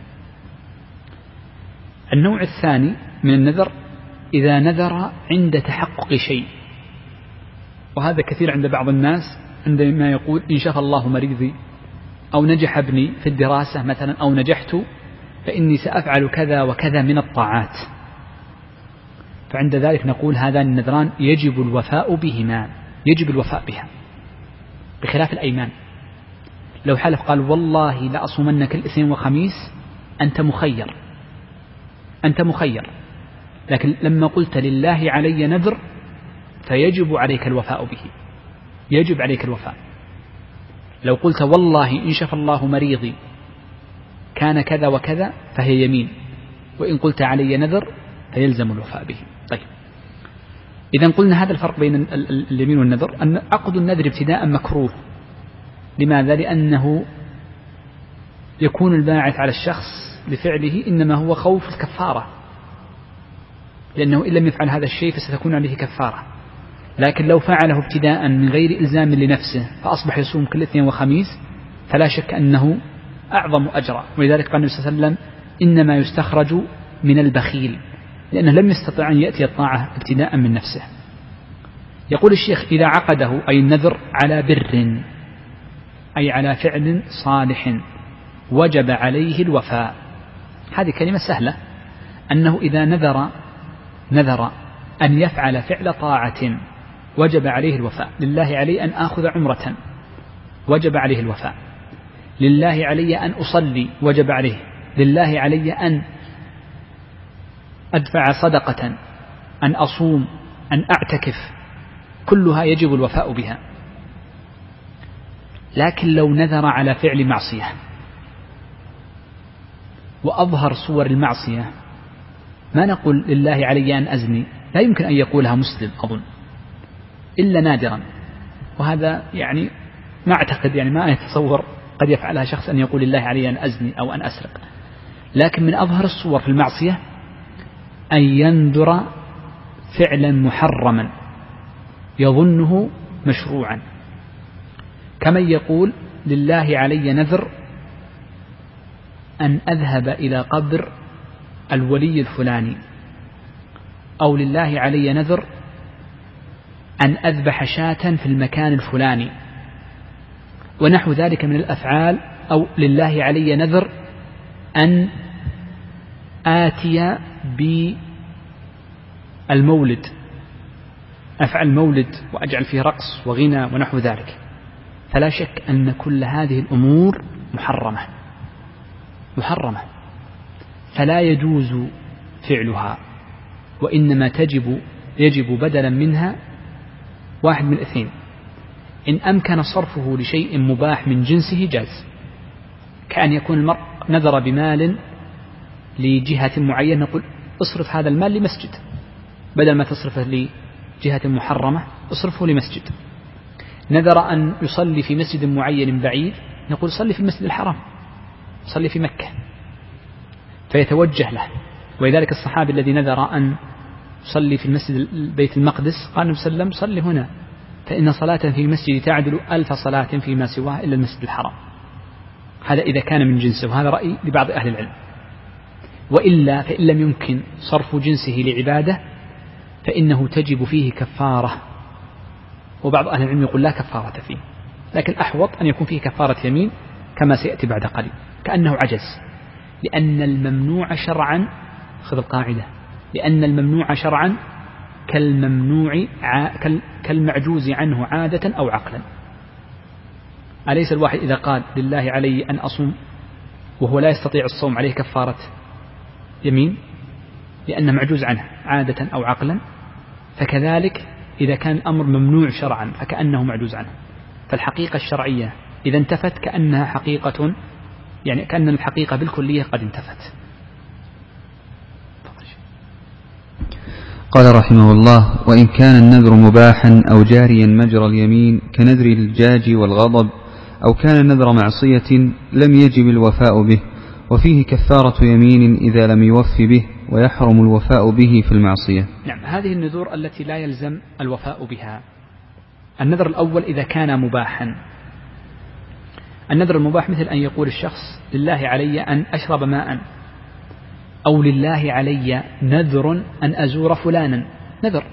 النوع الثاني من النذر إذا نذر عند تحقق شيء، وهذا كثير عند بعض الناس عندما يقول إن شاء الله مريضي أو نجح ابني في الدراسة مثلا أو نجحت فإني سأفعل كذا وكذا من الطاعات، فعند ذلك نقول هذان النذران يجب الوفاء بهما، يجب الوفاء بها، بخلاف الأيمان. لو حلف قال والله لأصومنك الاثنين وخميس، أنت مخير، أنت مخير، لكن لما قلت لله علي نذر فيجب عليك الوفاء به، يجب عليك الوفاء. لو قلت والله إن شفى الله مريضي كان كذا وكذا فهي يمين، وإن قلت علي نذر فيلزم الوفاء به. طيب، إذن قلنا هذا الفرق بين اليمين والنذر، أن عقد النذر ابتداء مكروه. لماذا؟ لأنه يكون الباعث على الشخص لفعله إنما هو خوف الكفارة، لأنه إن لم يفعل هذا الشيء فستكون عليه كفارة. لكن لو فعله ابتداء من غير إلزام لنفسه فأصبح يصوم كل اثنين وخميس فلا شك أنه أعظم أجرا. ولذلك قال النبي صلى الله عليه وسلم إنما يستخرج من البخيل، لأنه لم يستطع أن يأتي الطاعة ابتداء من نفسه. يقول الشيخ إذا عقده أي النذر على بر، أي على فعل صالح وجب عليه الوفاء. هذه كلمة سهلة، أنه إذا نذر نذر أن يفعل فعل طاعة وجب عليه الوفاء. لله علي أن آخذ عمرة وجب عليه الوفاء، لله علي أن أصلي وجب عليه، لله علي أن أدفع صدقة، أن أصوم، أن أعتكف، كلها يجب الوفاء بها. لكن لو نذر على فعل معصية وأظهر صور المعصية، ما نقول لله علي أن أزني، لا يمكن أن يقولها مسلم أظن إلا نادرا، وهذا يعني ما أعتقد، يعني ما أتصور قد يفعلها شخص أن يقول لله علي أن أزني أو أن أسرق. لكن من أظهر الصور في المعصية أن ينذر فعلا محرما يظنه مشروعا، كمن يقول لله علي نذر أن أذهب إلى قبر الولي الفلاني، أو لله علي نذر أن أذبح شاة في المكان الفلاني، ونحو ذلك من الأفعال. أو لله علي نذر أن آتي بالمولد، أفعل مولد وأجعل فيه رقص وغنى ونحو ذلك. فلا شك أن كل هذه الأمور محرمة محرمة فلا يجوز فعلها، وإنما تجب يجب بدلا منها واحد من الاثنين: إن أمكن صرفه لشيء مباح من جنسه جاز، كأن يكون المرء نذر بمال لجهة معينة، نقول اصرف هذا المال لمسجد، بدل ما تصرفه لجهة محرمة اصرفه لمسجد. نذر أن يصلي في مسجد معين بعيد، نقول صلي في المسجد الحرام، صلي في مكة، فيتوجه له. ولذلك الصحابي الذي نذر أن يصلي في المسجد بيت المقدس قال النبي صلى الله عليه وسلم صلي هنا، فإن صلاة في المسجد تعدل ألف صلاة فيما سواه إلا المسجد الحرام. هذا إذا كان من جنسه، وهذا رأي لبعض أهل العلم. وإلا فإن لم يمكن صرف جنسه لعبادة فإنه تجب فيه كفارة، وبعض أهل العلم يقول لا كفارة فيه، لكن الأحوط أن يكون فيه كفارة يمين كما سيأتي بعد قليل، كأنه عجز. لأن الممنوع شرعا، خذ القاعدة، لأن الممنوع شرعا كالممنوع كالمعجوز عنه عادة أو عقلا. أليس الواحد إذا قال لله علي أن أصوم وهو لا يستطيع الصوم عليه كفارة يمين لأنه معجوز عنه عادة أو عقلا؟ فكذلك إذا كان الأمر ممنوع شرعا فكأنه معجوز عنه، فالحقيقة الشرعية إذا انتفت كأنها حقيقة، يعني كأن الحقيقة بالكلية قد انتفت. قال رحمه الله: وإن كان النذر مباحا أو جاريا مجرى اليمين كنذر الجاج والغضب، أو كان نذر معصية لم يجب الوفاء به، وفيه كفارة يمين إذا لم يوف به، ويحرم الوفاء به في المعصية. نعم، هذه النذور التي لا يلزم الوفاء بها. النذر الأول إذا كان مباحا. النذر المباح مثل أن يقول الشخص: لله علي أن أشرب ماء، أو لله علي نذر أن أزور فلانا، نذر.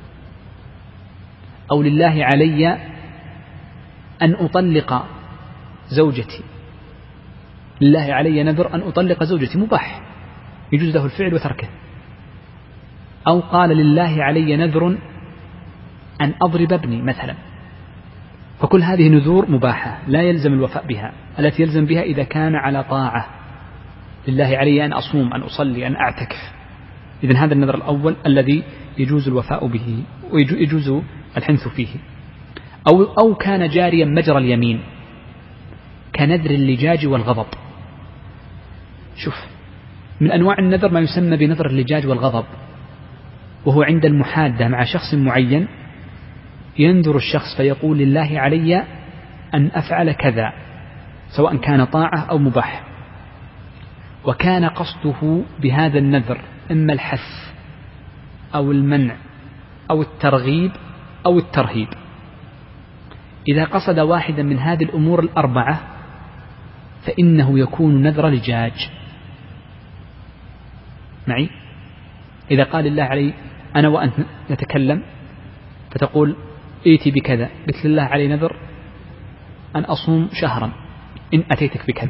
أو لله علي أن أطلق زوجتي، لله علي نذر أن أطلق زوجتي، مباح يجوز له الفعل وتركه. أو قال: لله علي نذر أن أضرب ابني مثلا. فكل هذه نذور مباحة لا يلزم الوفاء بها. التي يلزم بها إذا كان على طاعة، لله علي أن أصوم، أن أصلي، أن أعتكف. إذن هذا النذر الأول الذي يجوز الوفاء به ويجوز الحنث فيه. أو, أو كان جاريا مجرى اليمين كنذر اللجاج والغضب. شوف، من أنواع النذر ما يسمى بنذر اللجاج والغضب، وهو عند المحادة مع شخص معين ينذر الشخص فيقول: لله علي أن أفعل كذا، سواء كان طاعة أو مباح، وكان قصده بهذا النذر إما الحث أو المنع أو الترغيب أو الترهيب. إذا قصد واحدا من هذه الأمور الأربعة فإنه يكون نذر لجاج. معي؟ إذا قال لله علي أنا وأنت نتكلم فتقول: ائتي بكذا، قلت: لله علي نذر أن أصوم شهرا إن أتيتك بكذا.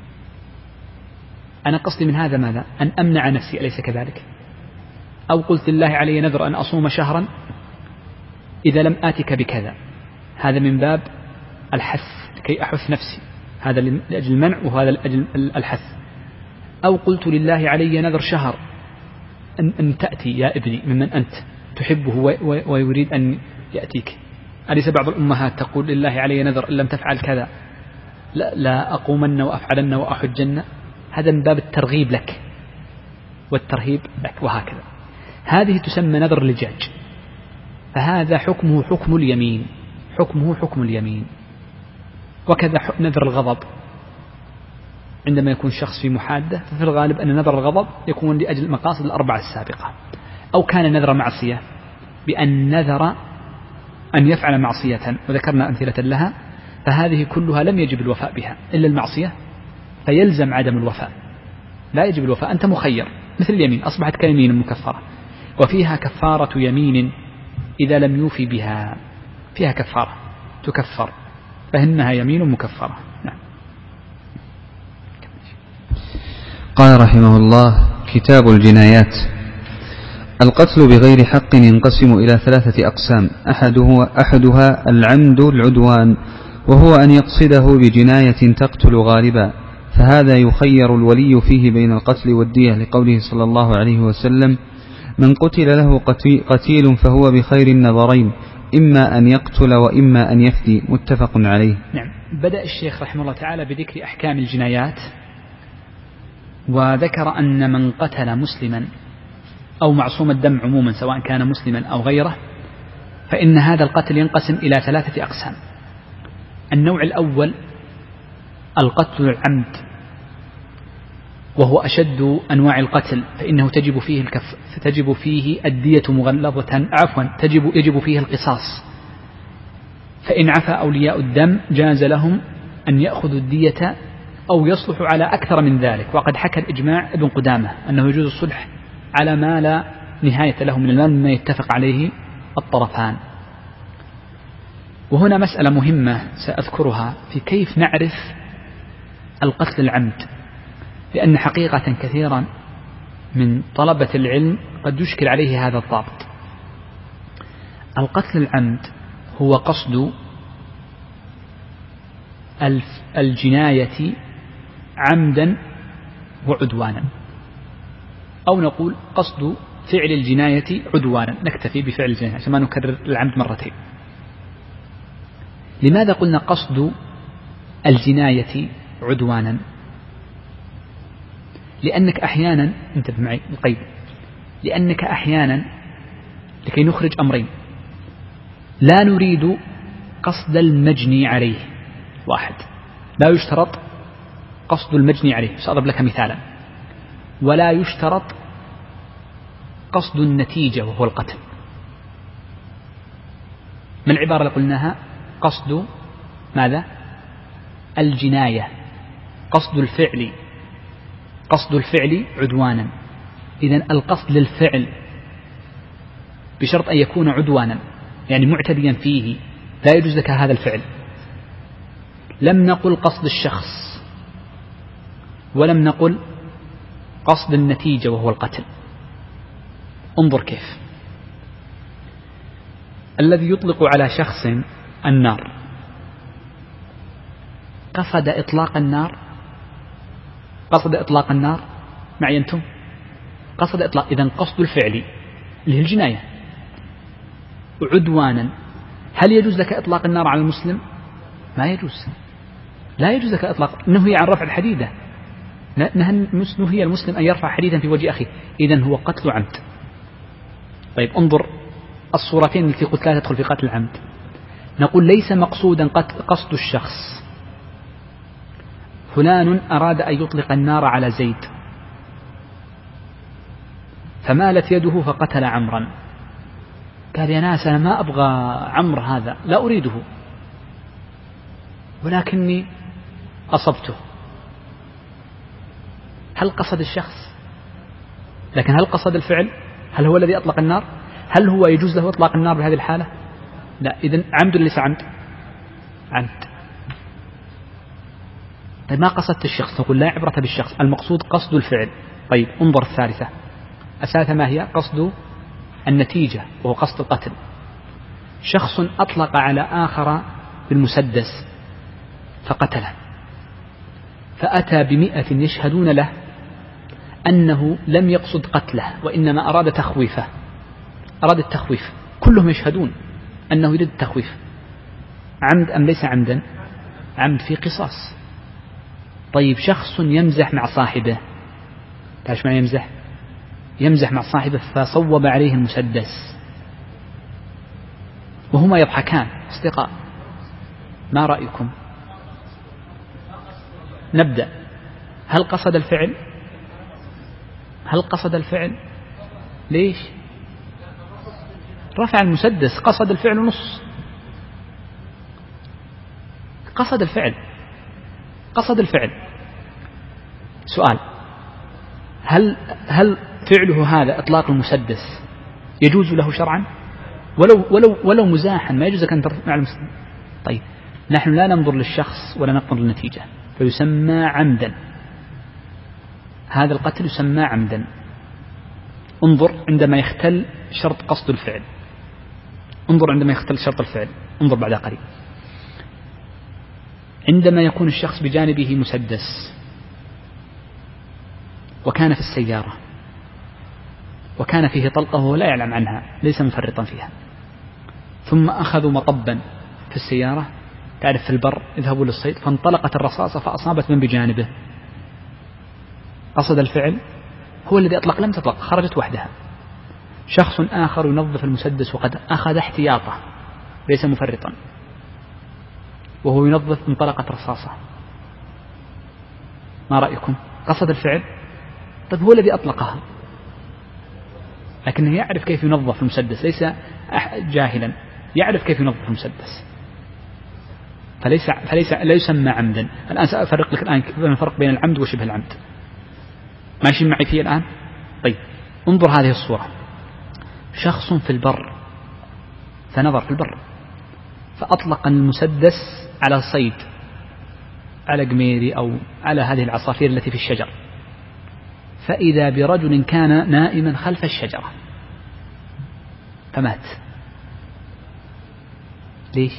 أنا قصدي من هذا ماذا؟ أن أمنع نفسي، أليس كذلك؟ أو قلت: لله علي نذر أن أصوم شهرا إذا لم آتك بكذا، هذا من باب الحث لكي أحث نفسي، هذا لأجل المنع وهذا لأجل الحث. أو قلت: لله علي نذر شهر أن, أن تأتي يا ابني ممن أنت تحبه ويريد أن يأتيك. أليس بعض الأمهات تقول: لله علي نذر إن لم تفعل كذا لا, لا أقومن وأفعلن وأحجن؟ هذا من باب الترغيب لك والترهيب لك، وهكذا. هذه تسمى نذر لجاج، فهذا حكمه حكم اليمين، حكمه حكم اليمين. وكذا نذر الغضب، عندما يكون شخص في محادة ففي الغالب أن نذر الغضب يكون لأجل المقاصد الأربعة السابقة. أو كان نذر معصية بأن نذر أن يفعل معصية وذكرنا أمثلة لها، فهذه كلها لم يجب الوفاء بها إلا المعصية، فيلزم عدم الوفاء، لا يجب الوفاء، أنت مخير. مثل اليمين أصبحت كيمين مكفرة، وفيها كفارة يمين إذا لم يوفي بها، فيها كفارة تكفر، فإنها يمين مكفرة. نعم. قال رحمه الله: كتاب الجنايات. القتل بغير حق ينقسم إلى ثلاثة أقسام: أحده أحدها العمد العدوان، وهو أن يقصده بجناية تقتل غالبا، فهذا يخير الولي فيه بين القتل والدية، لقوله صلى الله عليه وسلم: من قتل له قتيل فهو بخير النظرين، إما أن يقتل وإما أن يفدي، متفق عليه. نعم. بدأ الشيخ رحمه الله تعالى بذكر أحكام الجنايات، وذكر أن من قتل مسلما أو معصوم الدم عموما سواء كان مسلما أو غيره، فإن هذا القتل ينقسم إلى ثلاثة أقسام. النوع الأول القتل العمد، وهو أشد أنواع القتل، فإنه تجب فيه الكف تجب فيه الدية مغلظة، عفوا تجب يجب فيه القصاص، فإن عفى أولياء الدم جاز لهم أن يأخذوا الدية أو يصلح على أكثر من ذلك. وقد حكى الإجماع ابن قدامة أنه يجوز الصلح على ما لا نهاية له من المال مما يتفق عليه الطرفان. وهنا مسألة مهمة سأذكرها في كيف نعرف القتل العمد، لأن حقيقة كثيرا من طلبة العلم قد يشكل عليه هذا الضابط. القتل العمد هو قصد الجناية عمدا وعدوانا، أو نقول قصد فعل الجناية عدوانا، نكتفي بفعل الجناية عشان ما نكرر العمد مرتين. لماذا قلنا قصد الجناية عدوانا؟ لأنك أحيانا، انتبه معي القيد، لأنك أحيانا لكي نخرج أمرين لا نريد قصد المجني عليه، واحد لا يشترط قصد المجني عليه، سأضرب لك مثالا، ولا يشترط قصد النتيجة وهو القتل. ما العبارة اللي قلناها؟ قصد ماذا؟ الجناية، قصد الفعل، قصد الفعل عدوانا. إذن القصد للفعل بشرط أن يكون عدوانا، يعني معتديا فيه، لا يجوز لك هذا الفعل. لم نقل قصد الشخص، ولم نقل قصد النتيجة وهو القتل. انظر كيف الذي يطلق على شخص النار قصد إطلاق النار، قصد إطلاق النار معي أنتم، قصد إطلاق، إذن قصد الفعل اللي هي الجناية عدوانا. هل يجوز لك إطلاق النار على المسلم؟ ما يجوز، لا يجوز لك إطلاق، نهي عن رفع الحديدة، نهي المسلم أن يرفع حديدا في وجه أخيه، إذن هو قتل عمد. طيب انظر الصورتين التي قلت لا تدخل في قتل العمد. نقول ليس مقصودا قصد الشخص، فلان أراد أن يطلق النار على زيد فمالت يده فقتل عمرا، قال يا ناس أنا ما أبغى عمر هذا، لا أريده، ولكني أصبته. هل قصد الشخص؟ لكن هل قصد الفعل؟ هل هو الذي أطلق النار؟ هل هو يجوز له إطلاق النار بهذه الحالة؟ لا. إذن عمد ليس عمد؟ عمد. طيب ما قصدت الشخص، نقول لا عبرة بالشخص، المقصود قصد الفعل. طيب انظر الثالثة، الثالثة ما هي؟ قصد النتيجة وهو قصد القتل. شخص أطلق على آخر بالمسدس فقتله، فأتى بمئة يشهدون له أنه لم يقصد قتله وإنما أراد تخويفه، أراد التخويف، كلهم يشهدون أنه يريد التخويف. عمد أم ليس عمدا؟ عمد في قصاص. طيب شخص يمزح مع صاحبه، تعرف ما يمزح؟ يمزح مع صاحبه فصوب عليه المسدس وهما يضحكان أصدقاء، ما رأيكم؟ نبدأ. هل قصد الفعل؟ هل قصد الفعل؟ ليش؟ رفع المسدس، قصد الفعل نص، قصد الفعل، قصد الفعل. سؤال، هل هل فعله هذا إطلاق المسدس يجوز له شرعا؟ ولو ولو ولو مزاحا ما يجوز أن ترفع المسدس. طيب نحن لا ننظر للشخص ولا ننظر للنتيجة، فيسمى عمدا، هذا القتل يسمى عمدا. انظر عندما يختل شرط قصد الفعل، انظر عندما يختل شرط الفعل، انظر بعد قليل. عندما يكون الشخص بجانبه مسدس وكان في السيارة وكان فيه طلقة وهو لا يعلم عنها، ليس مفرطا فيها، ثم أخذوا مطبا في السيارة، تعرف في البر يذهبوا للصيد، فانطلقت الرصاصة فأصابت من بجانبه، قصد الفعل، هو الذي أطلق، لم تطلق، خرجت وحدها. شخص آخر ينظف المسدس وقد أخذ احتياطه ليس مفرطا، وهو ينظف انطلقت رصاصة، ما رأيكم؟ قصد الفعل؟ طيب هو الذي أطلقها، لكنه يعرف كيف ينظف المسدس، ليس جاهلا، يعرف كيف ينظف المسدس، فليس فليس لا يسمى عمدا. الآن سأفرق لك الآن الفرق بين العمد وشبه العمد، ماشي معي فيه الآن؟ طيب انظر هذه الصورة، شخص في البر فنظر في البر فأطلق المسدس على صيد، على قميري أو على هذه العصافير التي في الشجر، فإذا برجل كان نائما خلف الشجرة فمات. ليش؟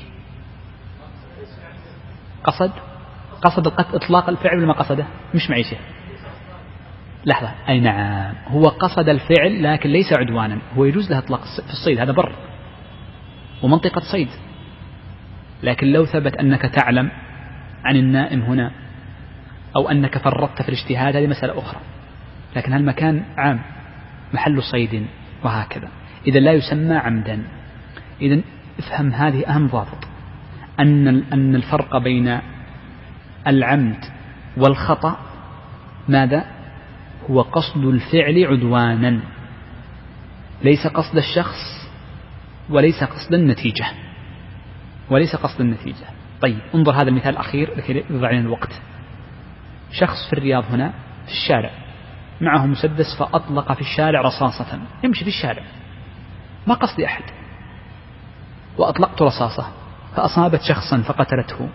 قصد قصد القتل، إطلاق الفعل ولا ما قصده؟ مش معي شيء. لحظة، أي نعم، هو قصد الفعل لكن ليس عدوانا، هو يجوز له إطلاق في الصيد، هذا بر ومنطقة صيد. لكن لو ثبت أنك تعلم عن النائم هنا أو أنك فرطت في الاجتهاد هذه مسألة أخرى، لكن هالمكان عام محل صيد وهكذا، إذا لا يسمى عمدا. إذا افهم هذه أهم ضابط، أن أن الفرق بين العمد والخطأ ماذا؟ هو قصد الفعل عدوانا، ليس قصد الشخص وليس قصد النتيجة، وليس قصد النتيجة. طيب انظر هذا المثال الأخير لكي يضع علينا الوقت. شخص في الرياض هنا في الشارع معه مسدس فأطلق في الشارع رصاصة، يمشي في الشارع ما قصد أحد، وأطلقت رصاصة فأصابت شخصا فقتلته،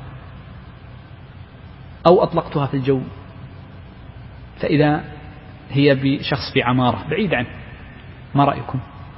أو أطلقتها في الجو فإذا هي بشخص في عمارة بعيد عنه، ما رأيكم؟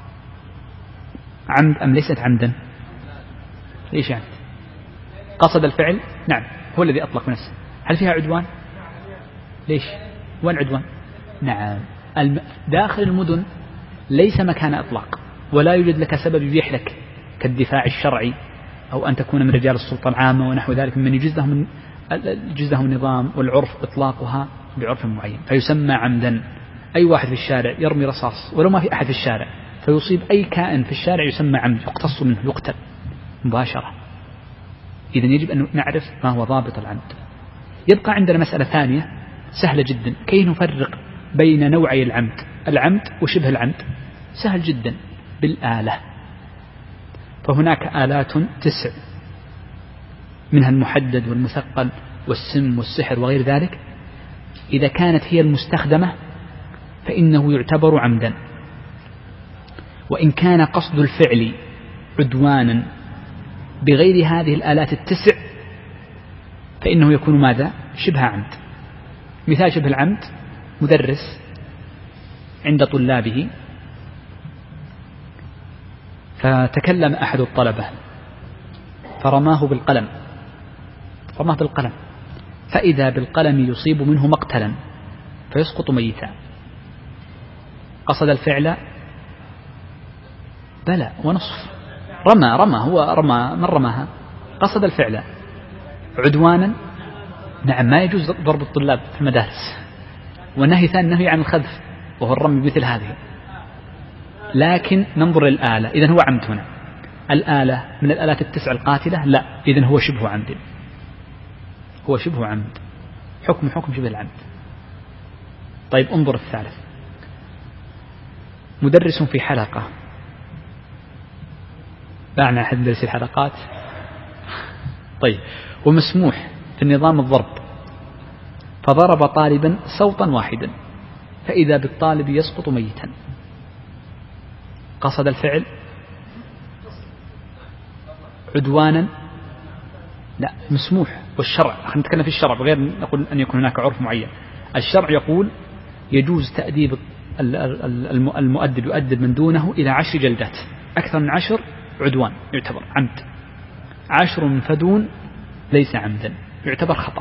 عمد أم ليست عمدا؟ ليش عمد؟ قصد الفعل، نعم، هو الذي أطلق نفسه. هل فيها عدوان؟ ليش؟ وين عدوان؟ نعم، داخل المدن ليس مكان إطلاق، ولا يوجد لك سبب يبيح لك كالدفاع الشرعي أو أن تكون من رجال السلطة العامة ونحو ذلك، من يجوز لهم يجوز لهم النظام والعرف إطلاقها بعرف معين، فيسمى عمدا. أي واحد في الشارع يرمي رصاص ولو ما في أحد في الشارع فيصيب أي كائن في الشارع يسمى عمد، يقتص منه، يقتل مباشرة. إذن يجب أن نعرف ما هو ضابط العمد. يبقى عندنا مسألة ثانية سهلة جدا، كي نفرق بين نوعي العمد، العمد وشبه العمد. سهل جدا بالآلة. فهناك آلات تسع، منها المحدد والمثقل والسم والسحر وغير ذلك، إذا كانت هي المستخدمة فإنه يعتبر عمدا، وإن كان قصد الفعل عدوانا بغير هذه الآلات التسع فإنه يكون ماذا؟ شبه عمد. مثال شبه العمد: مدرس عند طلابه فتكلم أحد الطلبة فرماه بالقلم، رماه بالقلم فإذا بالقلم يصيب منه مقتلا فيسقط ميتا. قصد الفعل؟ بلى ونصف، رمى رمى هو رمى، من رماها؟ قصد الفعل. عدوانا؟ نعم، ما يجوز ضرب الطلاب في المدارس، والنهي ثاني نهي عن الخذف وهو الرمي مثل هذه. لكن ننظر للآلة، إذن هو عمد هنا. الآلة من الآلات التسع القاتلة؟ لا، إذن هو شبه عمد، هو شبه عمد، حكم حكم شبه العمد. طيب انظر الثالث: مدرس في حلقة، باعنا أحد مدرسي الحلقات. طيب، ومسموح في النظام الضرب، فضرب طالبا صوتا واحدا فإذا بالطالب يسقط ميتا. قصد الفعل؟ عدوانا؟ لا، مسموح. والشرع، خلينا نتكلم في الشرع بغير نقول أن يكون هناك عرف معين. الشرع يقول يجوز تأديب المؤدب، يؤدب من دونه إلى عشر جلدات، أكثر من عشر عدوان يعتبر عمد، عشر من فدون ليس عمدا، يعتبر خطأ.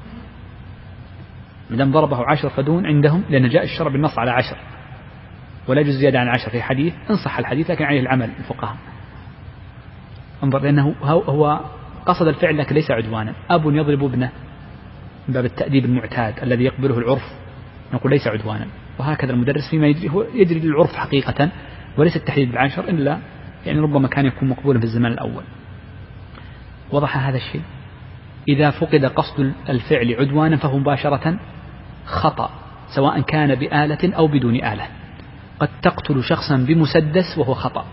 مدام ضربه عشر فدون عندهم، لأن جاء الشرع بالنص على عشر ولا يجوز زيادة عن عشر في حديث، إن صح الحديث لكن عليه العمل الفقهاء. انظر، لأنه هو قصد الفعل لكن ليس عدوانا. أب يضرب ابنه من باب التأديب المعتاد الذي يقبله العرف، نقول ليس عدوانا. وهكذا المدرس فيما يجري هو يجري للعرف حقيقة، وليس التحديد بالعشر، إلا يعني ربما كان يكون مقبولا في الزمان الأول. وضح هذا الشيء؟ إذا فقد قصد الفعل عدوانا فهو مباشرة خطأ، سواء كان بآلة أو بدون آلة. قد تقتل شخصا بمسدس وهو خطأ.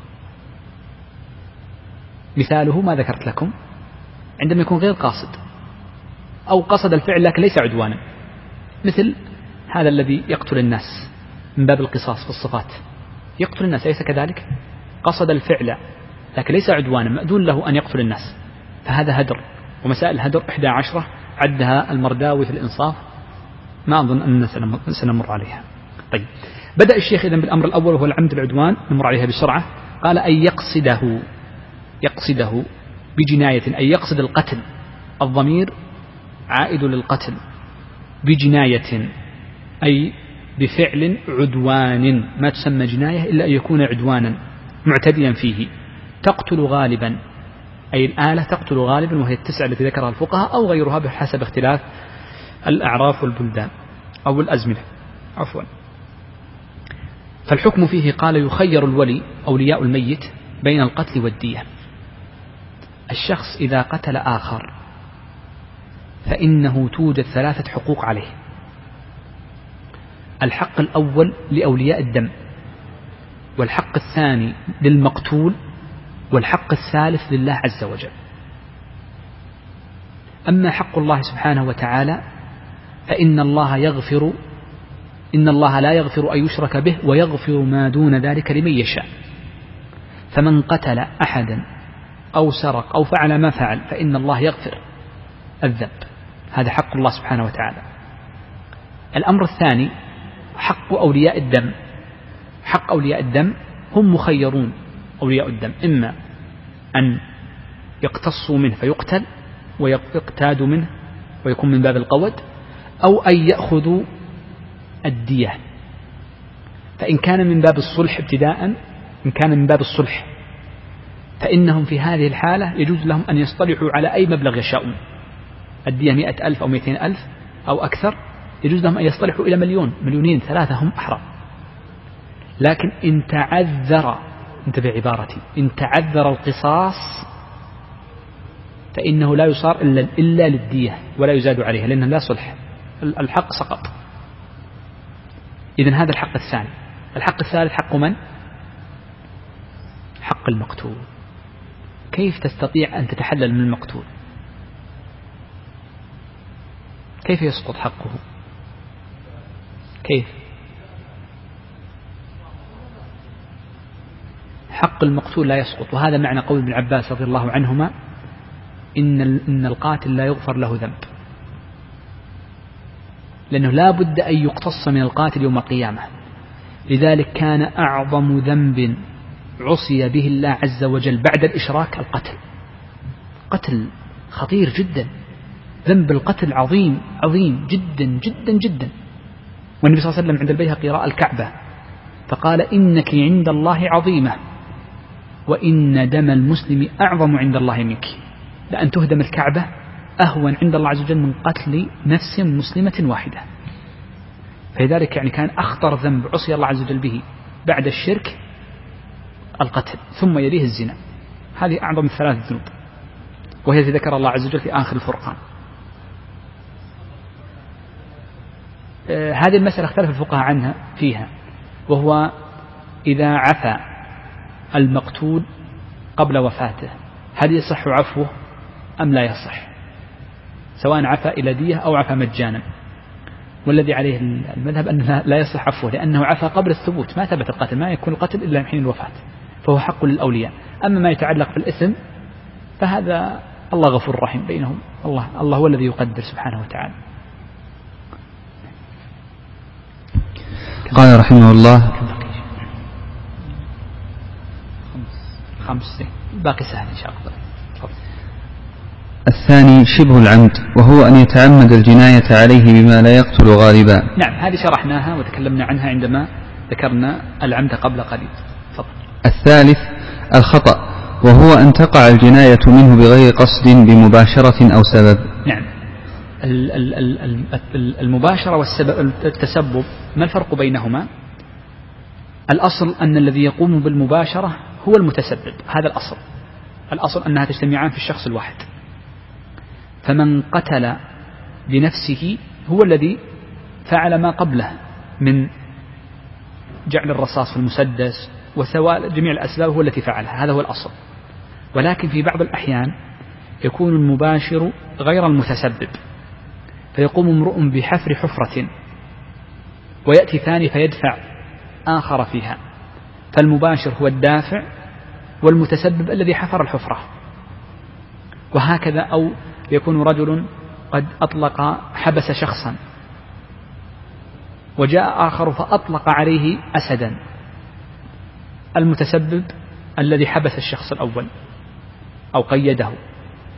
مثاله ما ذكرت لكم، عندما يكون غير قاصد أو قصد الفعل لكن ليس عدوانا، مثل هذا الذي يقتل الناس من باب القصاص في الصفات، يقتل الناس ليس كذلك؟ قصد الفعل لكن ليس عدوانا، مأذون له أن يقتل الناس، فهذا هدر. ومسائل الهدر إحدى عشرة عدها المرداوي في الإنصاف، ما أظن أننا سنمر عليها. طيب، بدأ الشيخ إذن بالأمر الأول وهو العمد العدوان، نمر عليها بسرعة. قال أن يقصده، يقصده بجناية، أي يقصد القتل، الضمير عائد للقتل، بجناية أي بفعل عدوان، ما تسمى جناية إلا أن يكون عدوانا معتديا فيه، تقتل غالبا، أي الآلة تقتل غالبا وهي التسعة التي ذكرها الفقهاء أو غيرها بحسب اختلاف الأعراف والبلدان أو الأزمنة عفوا. فالحكم فيه قال يخير الولي أولياء الميت بين القتل والدية. الشخص إذا قتل آخر فإنه توجد ثلاثة حقوق عليه. الحق الأول لأولياء الدم، والحق الثاني للمقتول، والحق الثالث لله عز وجل. أما حق الله سبحانه وتعالى فإن الله يغفر إن الله لا يغفر أن يشرك به ويغفر ما دون ذلك لمن يشاء. فمن قتل أحدا أو سرق أو فعل ما فعل فإن الله يغفر الذنب، هذا حق الله سبحانه وتعالى. الأمر الثاني حق أولياء الدم. حق أولياء الدم هم مخيرون أولياء الدم، إما أن يقتصوا منه فيقتل ويقتاد منه ويكون من باب القود، أو أن يأخذوا الدية. فإن كان من باب الصلح ابتداء إن كان من باب الصلح فإنهم في هذه الحالة يجوز لهم أن يصطلحوا على أي مبلغ يشاءون، الدية مئة ألف أو مئتين ألف أو أكثر، يجوز لهم أن يصطلحوا إلى مليون مليونين ثلاثة، هم أحرى. لكن إن تعذر، انتبه عبارتي، إن تعذر القصاص فإنه لا يصار إلا, إلا للدية ولا يزاد عليها، لأنه لا صلح، الحق سقط. إذن هذا الحق الثاني. الحق الثالث حق من؟ حق المقتول. كيف تستطيع أن تتحلل من المقتول؟ كيف يسقط حقه؟ كيف؟ حق المقتول لا يسقط، وهذا معنى قول ابن عباس رضي الله عنهما إن إن القاتل لا يغفر له ذنب، لأنه لا بد أن يقتص من القاتل يوم القيامة. لذلك كان أعظم ذنب عصي به الله عز وجل بعد الإشراك القتل. قتل خطير جدا، ذنب القتل عظيم عظيم جدا جدا جدا. والنبي صلى الله عليه وسلم عند البيهقي رأى الكعبة فقال إنك عند الله عظيمة وإن دم المسلم أعظم عند الله منك، لأن تهدم الكعبة أهون عند الله عز وجل من قتل نفس مسلمة واحدة. فلذلك يعني كان أخطر ذنب عصي الله عز وجل به بعد الشرك القتل، ثم يليه الزنا. هذه أعظم الثلاث ذنوب، وهي التي ذكر الله عز وجل في آخر الفرقان. آه هذه المسألة اختلف الفقهاء عنها فيها، وهو إذا عفى المقتول قبل وفاته هل يصح عفوه أم لا يصح، سواء عفى إلى دية أو عفى مجانا. والذي عليه المذهب أنه لا يصح عفوه، لأنه عفى قبل الثبوت، ما ثبت القتل، ما يكون القتل إلا من حين الوفاة، فهو حق للأولياء. أما ما يتعلق بالإثم فهذا الله غفور رحيم بينهم، الله الله هو الذي يقدر سبحانه وتعالى. قال رحمه الله خمس باقي سهل إن شاء الله. الثاني شبه العمد، وهو أن يتعمد الجناية عليه بما لا يقتل غالبا. نعم، هذه شرحناها وتكلمنا عنها عندما ذكرنا العمد قبل قليل. فضل. الثالث الخطأ، وهو أن تقع الجناية منه بغير قصد بمباشرة أو سبب. نعم، المباشرة والسبب التسبب ما الفرق بينهما؟ الأصل أن الذي يقوم بالمباشرة هو المتسبب، هذا الأصل. الأصل أنها تجتمعان في الشخص الواحد. فمن قتل بنفسه هو الذي فعل ما قبله من جعل الرصاص في المسدس وسواء جميع الأسباب هو التي فعلها، هذا هو الأصل. ولكن في بعض الأحيان يكون المباشر غير المتسبب، فيقوم امرؤ بحفر حفرة ويأتي ثاني فيدفع آخر فيها، فالمباشر هو الدافع والمتسبب الذي حفر الحفرة. وهكذا، أو يكون رجل قد أطلق حبس شخصا وجاء آخر فأطلق عليه أسدا، المتسبب الذي حبس الشخص الأول أو قيده،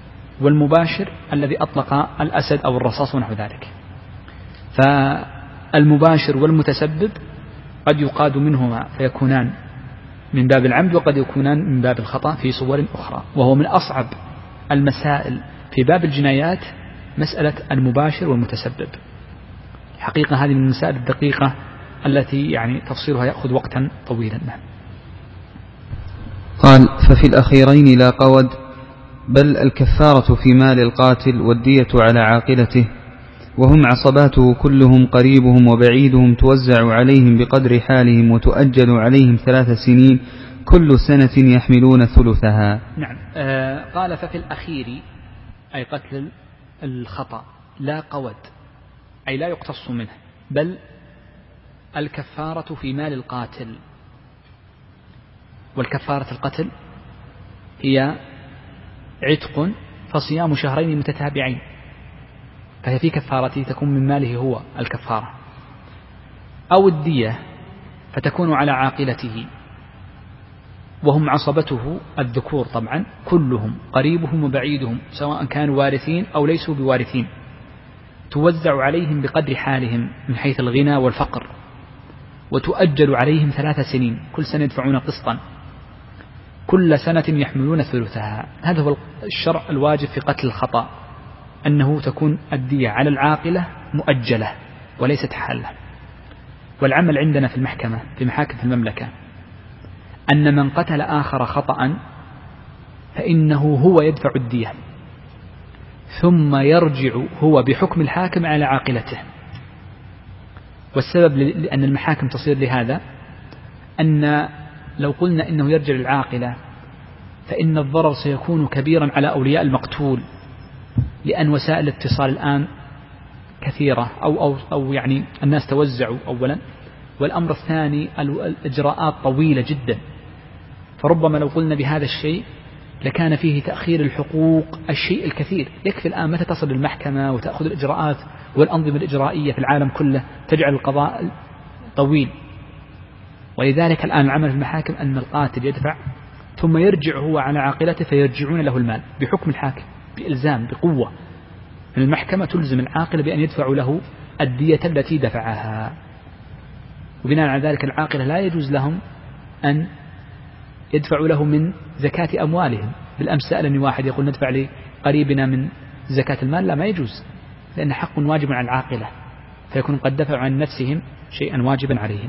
والمباشر الذي أطلق الأسد أو الرصاص ونحو ذلك. المباشر والمتسبب قد يقاد منهما فيكونان من باب العمد وقد يكونان من باب الخطأ في صور أخرى. وهو من أصعب المسائل في باب الجنايات مسألة المباشر والمتسبب. حقيقة هذه من المسائل الدقيقة التي يعني تفصيلها يأخذ وقتا طويلا. قال: ففي الأخيرين لا قود، بل الكفارة في مال القاتل والدية على عاقلته، وهم عصباته كلهم قريبهم وبعيدهم، توزع عليهم بقدر حالهم وتؤجل عليهم ثلاث سنين كل سنة يحملون ثلثها. نعم. آه قال: ففي الأخير أي قتل الخطأ لا قود، أي لا يقتص منه، بل الكفارة في مال القاتل. والكفارة القتل هي عتق فصيام شهرين متتابعين، فهي في كفارته تكون من ماله هو الكفارة، أو الدية فتكون على عاقلته وهم عصبته الذكور طبعا كلهم قريبهم وبعيدهم سواء كانوا وارثين أو ليسوا بوارثين، توزع عليهم بقدر حالهم من حيث الغنى والفقر، وتؤجل عليهم ثلاث سنين كل سنة يدفعون قسطا كل سنة يحملون ثلثها. هذا هو الشرع الواجب في قتل الخطأ، أنه تكون الدية على العاقلة مؤجلة وليست حالة. والعمل عندنا في المحكمة في محاكم في المملكة أن من قتل آخر خطأ فإنه هو يدفع الدية ثم يرجع هو بحكم الحاكم على عاقلته. والسبب لأن المحاكم تصير لهذا أن لو قلنا إنه يرجع للعاقلة فإن الضرر سيكون كبيرا على أولياء المقتول، لأن وسائل الاتصال الآن كثيرة أو, أو, أو يعني الناس توزعوا أولا، والأمر الثاني الإجراءات طويلة جدا، فربما لو قلنا بهذا الشيء لكان فيه تأخير الحقوق الشيء الكثير. يكفي الآن متى تصل المحكمة وتأخذ الإجراءات والأنظمة الإجرائية في العالم كله تجعل القضاء طويل. ولذلك الآن العمل في المحاكم أن القاتل يدفع ثم يرجع هو على عاقلته فيرجعون له المال بحكم الحاكم بإلزام بقوة. المحكمة تلزم العاقل بأن يدفع له الدية التي دفعها، وبناء على ذلك العاقلة لا يجوز لهم أن يدفعوا له من زكاة أموالهم. بالأمس سألني واحد يقول ندفع لقريبنا من زكاة المال، لا ما يجوز، لأن حق واجب على العاقلة، فيكون قد دفعوا عن نفسهم شيئا واجبا عليهم.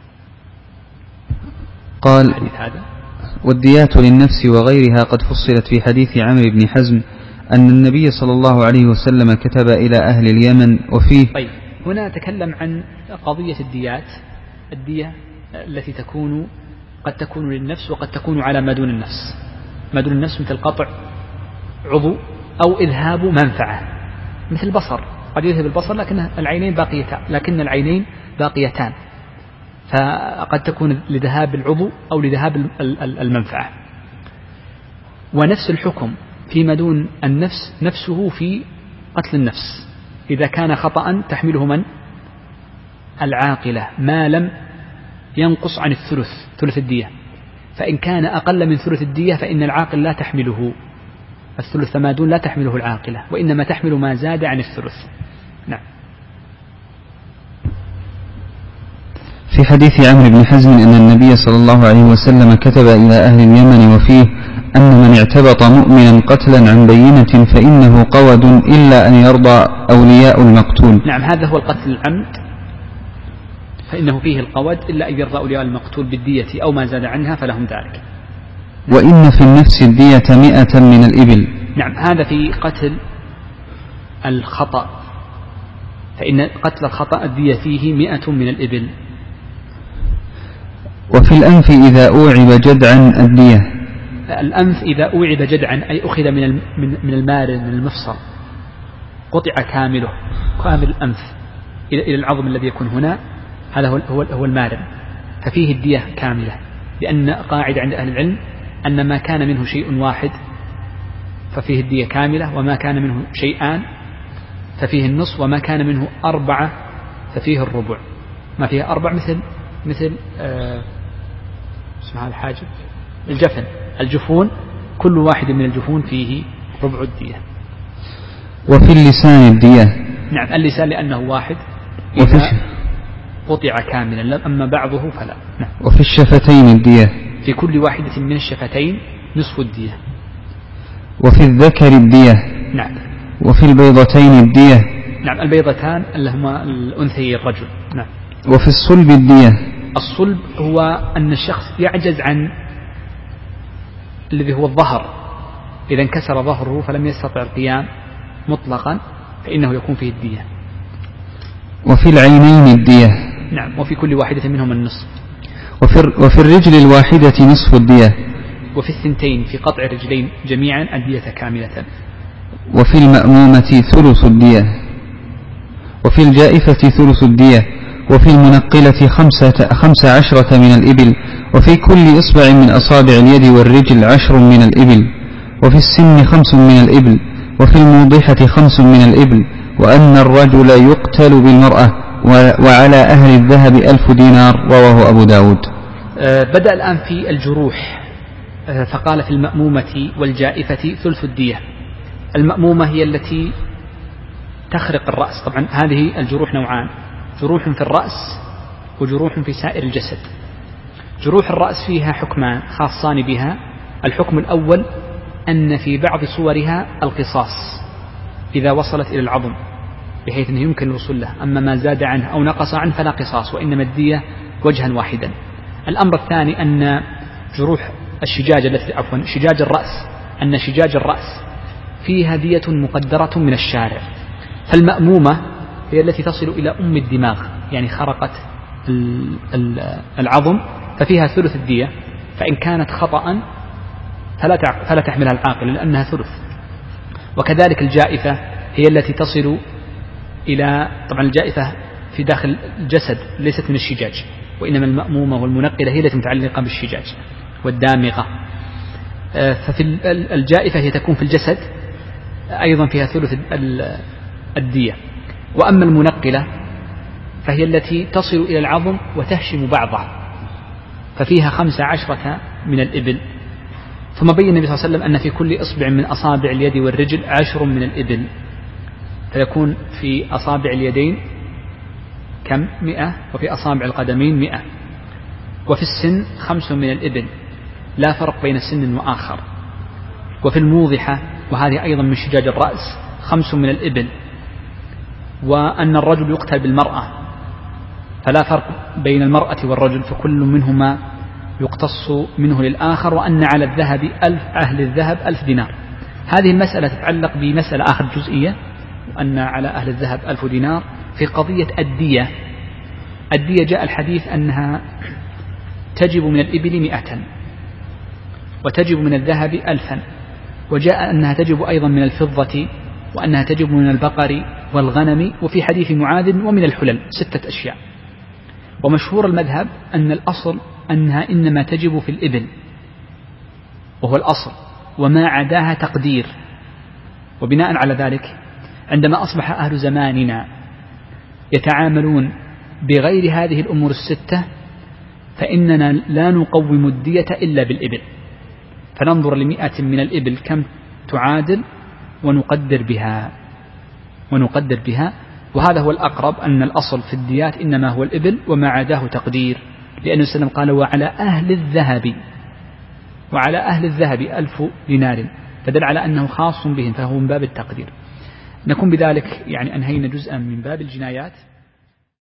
قال: هذا والديات للنفس وغيرها قد فصلت في حديث عمرو بن حزم أن النبي صلى الله عليه وسلم كتب إلى أهل اليمن وفيه. طيب هنا نتكلم عن قضية الديات، الدية التي تكون قد تكون للنفس وقد تكون على ما دون النفس. ما دون النفس مثل قطع عضو أو إذهاب منفعة، مثل البصر قد يذهب البصر لكن العينين باقيتان لكن العينين باقيتان فقد تكون لذهاب العضو أو لذهاب المنفعة. ونفس الحكم فيما دون النفس نفسه في قتل النفس إذا كان خطأ تحمله من؟ العاقلة، ما لم ينقص عن الثلث ثلث الدية. فإن كان أقل من ثلث الدية فإن العاقل لا تحمله الثلث، فما دون لا تحمله العاقلة، وإنما تحمل ما زاد عن الثلث. نعم. في حديث عمرو بن حزم أن النبي صلى الله عليه وسلم كتب إلى أهل اليمن وفيه أن من اعتبط مؤمنا قتلا عن بينة فإنه قود إلا أن يرضى أولياء المقتول. نعم، هذا هو القتل العمد، فإنه فيه القود إلا أن يرضى أولياء المقتول بالدية أو ما زاد عنها فلهم ذلك. وإن في النفس الدية مئة من الإبل. نعم، هذا في قتل الخطأ، فإن قتل الخطأ الدية فيه مئة من الإبل. وفي الأنف إذا أوعب جدعا الدية. الأنف إذا أوعب جدعا أي أخذ من من المارن من المفصل قطع كامله كامل الأنف إلى العظم الذي يكون هنا، هذا هو هو المارن، ففيه الدية كاملة، لأن قاعدة عند أهل العلم أن ما كان منه شيء واحد ففيه الدية كاملة، وما كان منه شيئان ففيه النصف، وما كان منه أربعة ففيه الربع. ما فيه أربع مثل مثل آه اسمها الحاجب الجفن الجفون، كل واحد من الجفون فيه ربع الدية. وفي اللسان الدية. نعم، اللسان لأنه واحد وفي, قطع كاملا، أما بعضه فلا. نعم. وفي الشفتين الدية، في كل واحدة من الشفتين نصف الدية. وفي الذكر الدية. نعم. وفي البيضتين الدية. نعم، البيضتان اللي هما الأنثي الرجل. نعم. وفي الصلب الدية. الصلب هو أن الشخص يعجز عن الذي هو الظهر، إذا انكسر ظهره فلم يستطع القيام مطلقا فإنه يكون فيه الدية. وفي العينين الدية. نعم، وفي كل واحدة منهم النصف. وفي, وفي الرجل الواحدة نصف الدية. وفي الثنتين في قطع الرجلين جميعا الدية كاملة. وفي المأمومة ثلث الدية. وفي الجائفة ثلث الدية. وفي المنقلة خمسة, خمس عشرة من الإبل. وفي كل إصبع من أصابع اليد والرجل عشر من الإبل. وفي السن خمس من الإبل. وفي الموضحة خمس من الإبل. وأن الرجل يقتل بالمرأة وعلى أهل الذهب ألف دينار. رواه أبو داود. أه بدأ الآن في الجروح، أه فقال في المأمومة والجائفة ثلث الدية. المأمومة هي التي تخرق الرأس. طبعا هذه الجروح نوعان، جروح في الرأس وجروح في سائر الجسد. جروح الرأس فيها حكمان خاصان بها. الحكم الأول أن في بعض صورها القصاص إذا وصلت إلى العظم بحيث أنه يمكن الوصول له، أما ما زاد عنه أو نقص عنه فلا قصاص، وإنما الدية وجها واحدا. الأمر الثاني أن جروح الشجاج التي عفوا شجاج الرأس أن شجاج الرأس فيها دية مقدرة من الشارع. فالمأمومة هي التي تصل إلى أم الدماغ، يعني خرقت العظم ففيها ثلث الدية، فإن كانت خطأ فلا تحملها العاقل لأنها ثلث. وكذلك الجائفة هي التي تصل إلى، طبعا الجائفة في داخل الجسد ليست من الشجاج، وإنما المأمومة والمنقلة هي التي متعلقة بالشجاج والدامغة. ففي الجائفة هي تكون في الجسد أيضا فيها ثلث الدية. وأما المنقلة فهي التي تصل إلى العظم وتهشم بعضه ففيها خمس عشرة من الإبل. ثم بين النبي صلى الله عليه وسلم أن في كل إصبع من أصابع اليد والرجل عشر من الإبل، فيكون في أصابع اليدين كم؟ مئة، وفي أصابع القدمين مئة. وفي السن خمس من الإبل، لا فرق بين سن وآخر. وفي الموضحة وهذه أيضا من شجاج الرأس خمس من الإبل. وأن الرجل يقتل بالمرأة فلا فرق بين المرأة والرجل، فكل منهما يقتص منه للآخر. وأن على الذهب ألف أهل الذهب ألف دينار. هذه المسألة تتعلق بمسألة آخر جزئية، وأن على أهل الذهب ألف دينار في قضية الدية. الدية جاء الحديث أنها تجب من الإبل مئة وتجب من الذهب ألفا، وجاء أنها تجب أيضا من الفضة، وأنها تجب من البقر والغنم، وفي حديث معاذ ومن الحلل، ستة أشياء. ومشهور المذهب أن الأصل أنها إنما تجب في الإبل وهو الأصل، وما عداها تقدير. وبناء على ذلك عندما أصبح أهل زماننا يتعاملون بغير هذه الأمور الستة فإننا لا نقوم الدية إلا بالإبل، فننظر لمئة من الإبل كم تعادل ونقدر بها ونقدر بها وهذا هو الأقرب، أن الأصل في الديات إنما هو الإبل وما عداه تقدير، لأنه سلم قال وعلى أهل الذهب وعلى أهل الذهب ألف دينار، فدل على أنه خاص بهم، فهو من باب التقدير. نكون بذلك يعني أنهينا جزءا من باب الجنايات.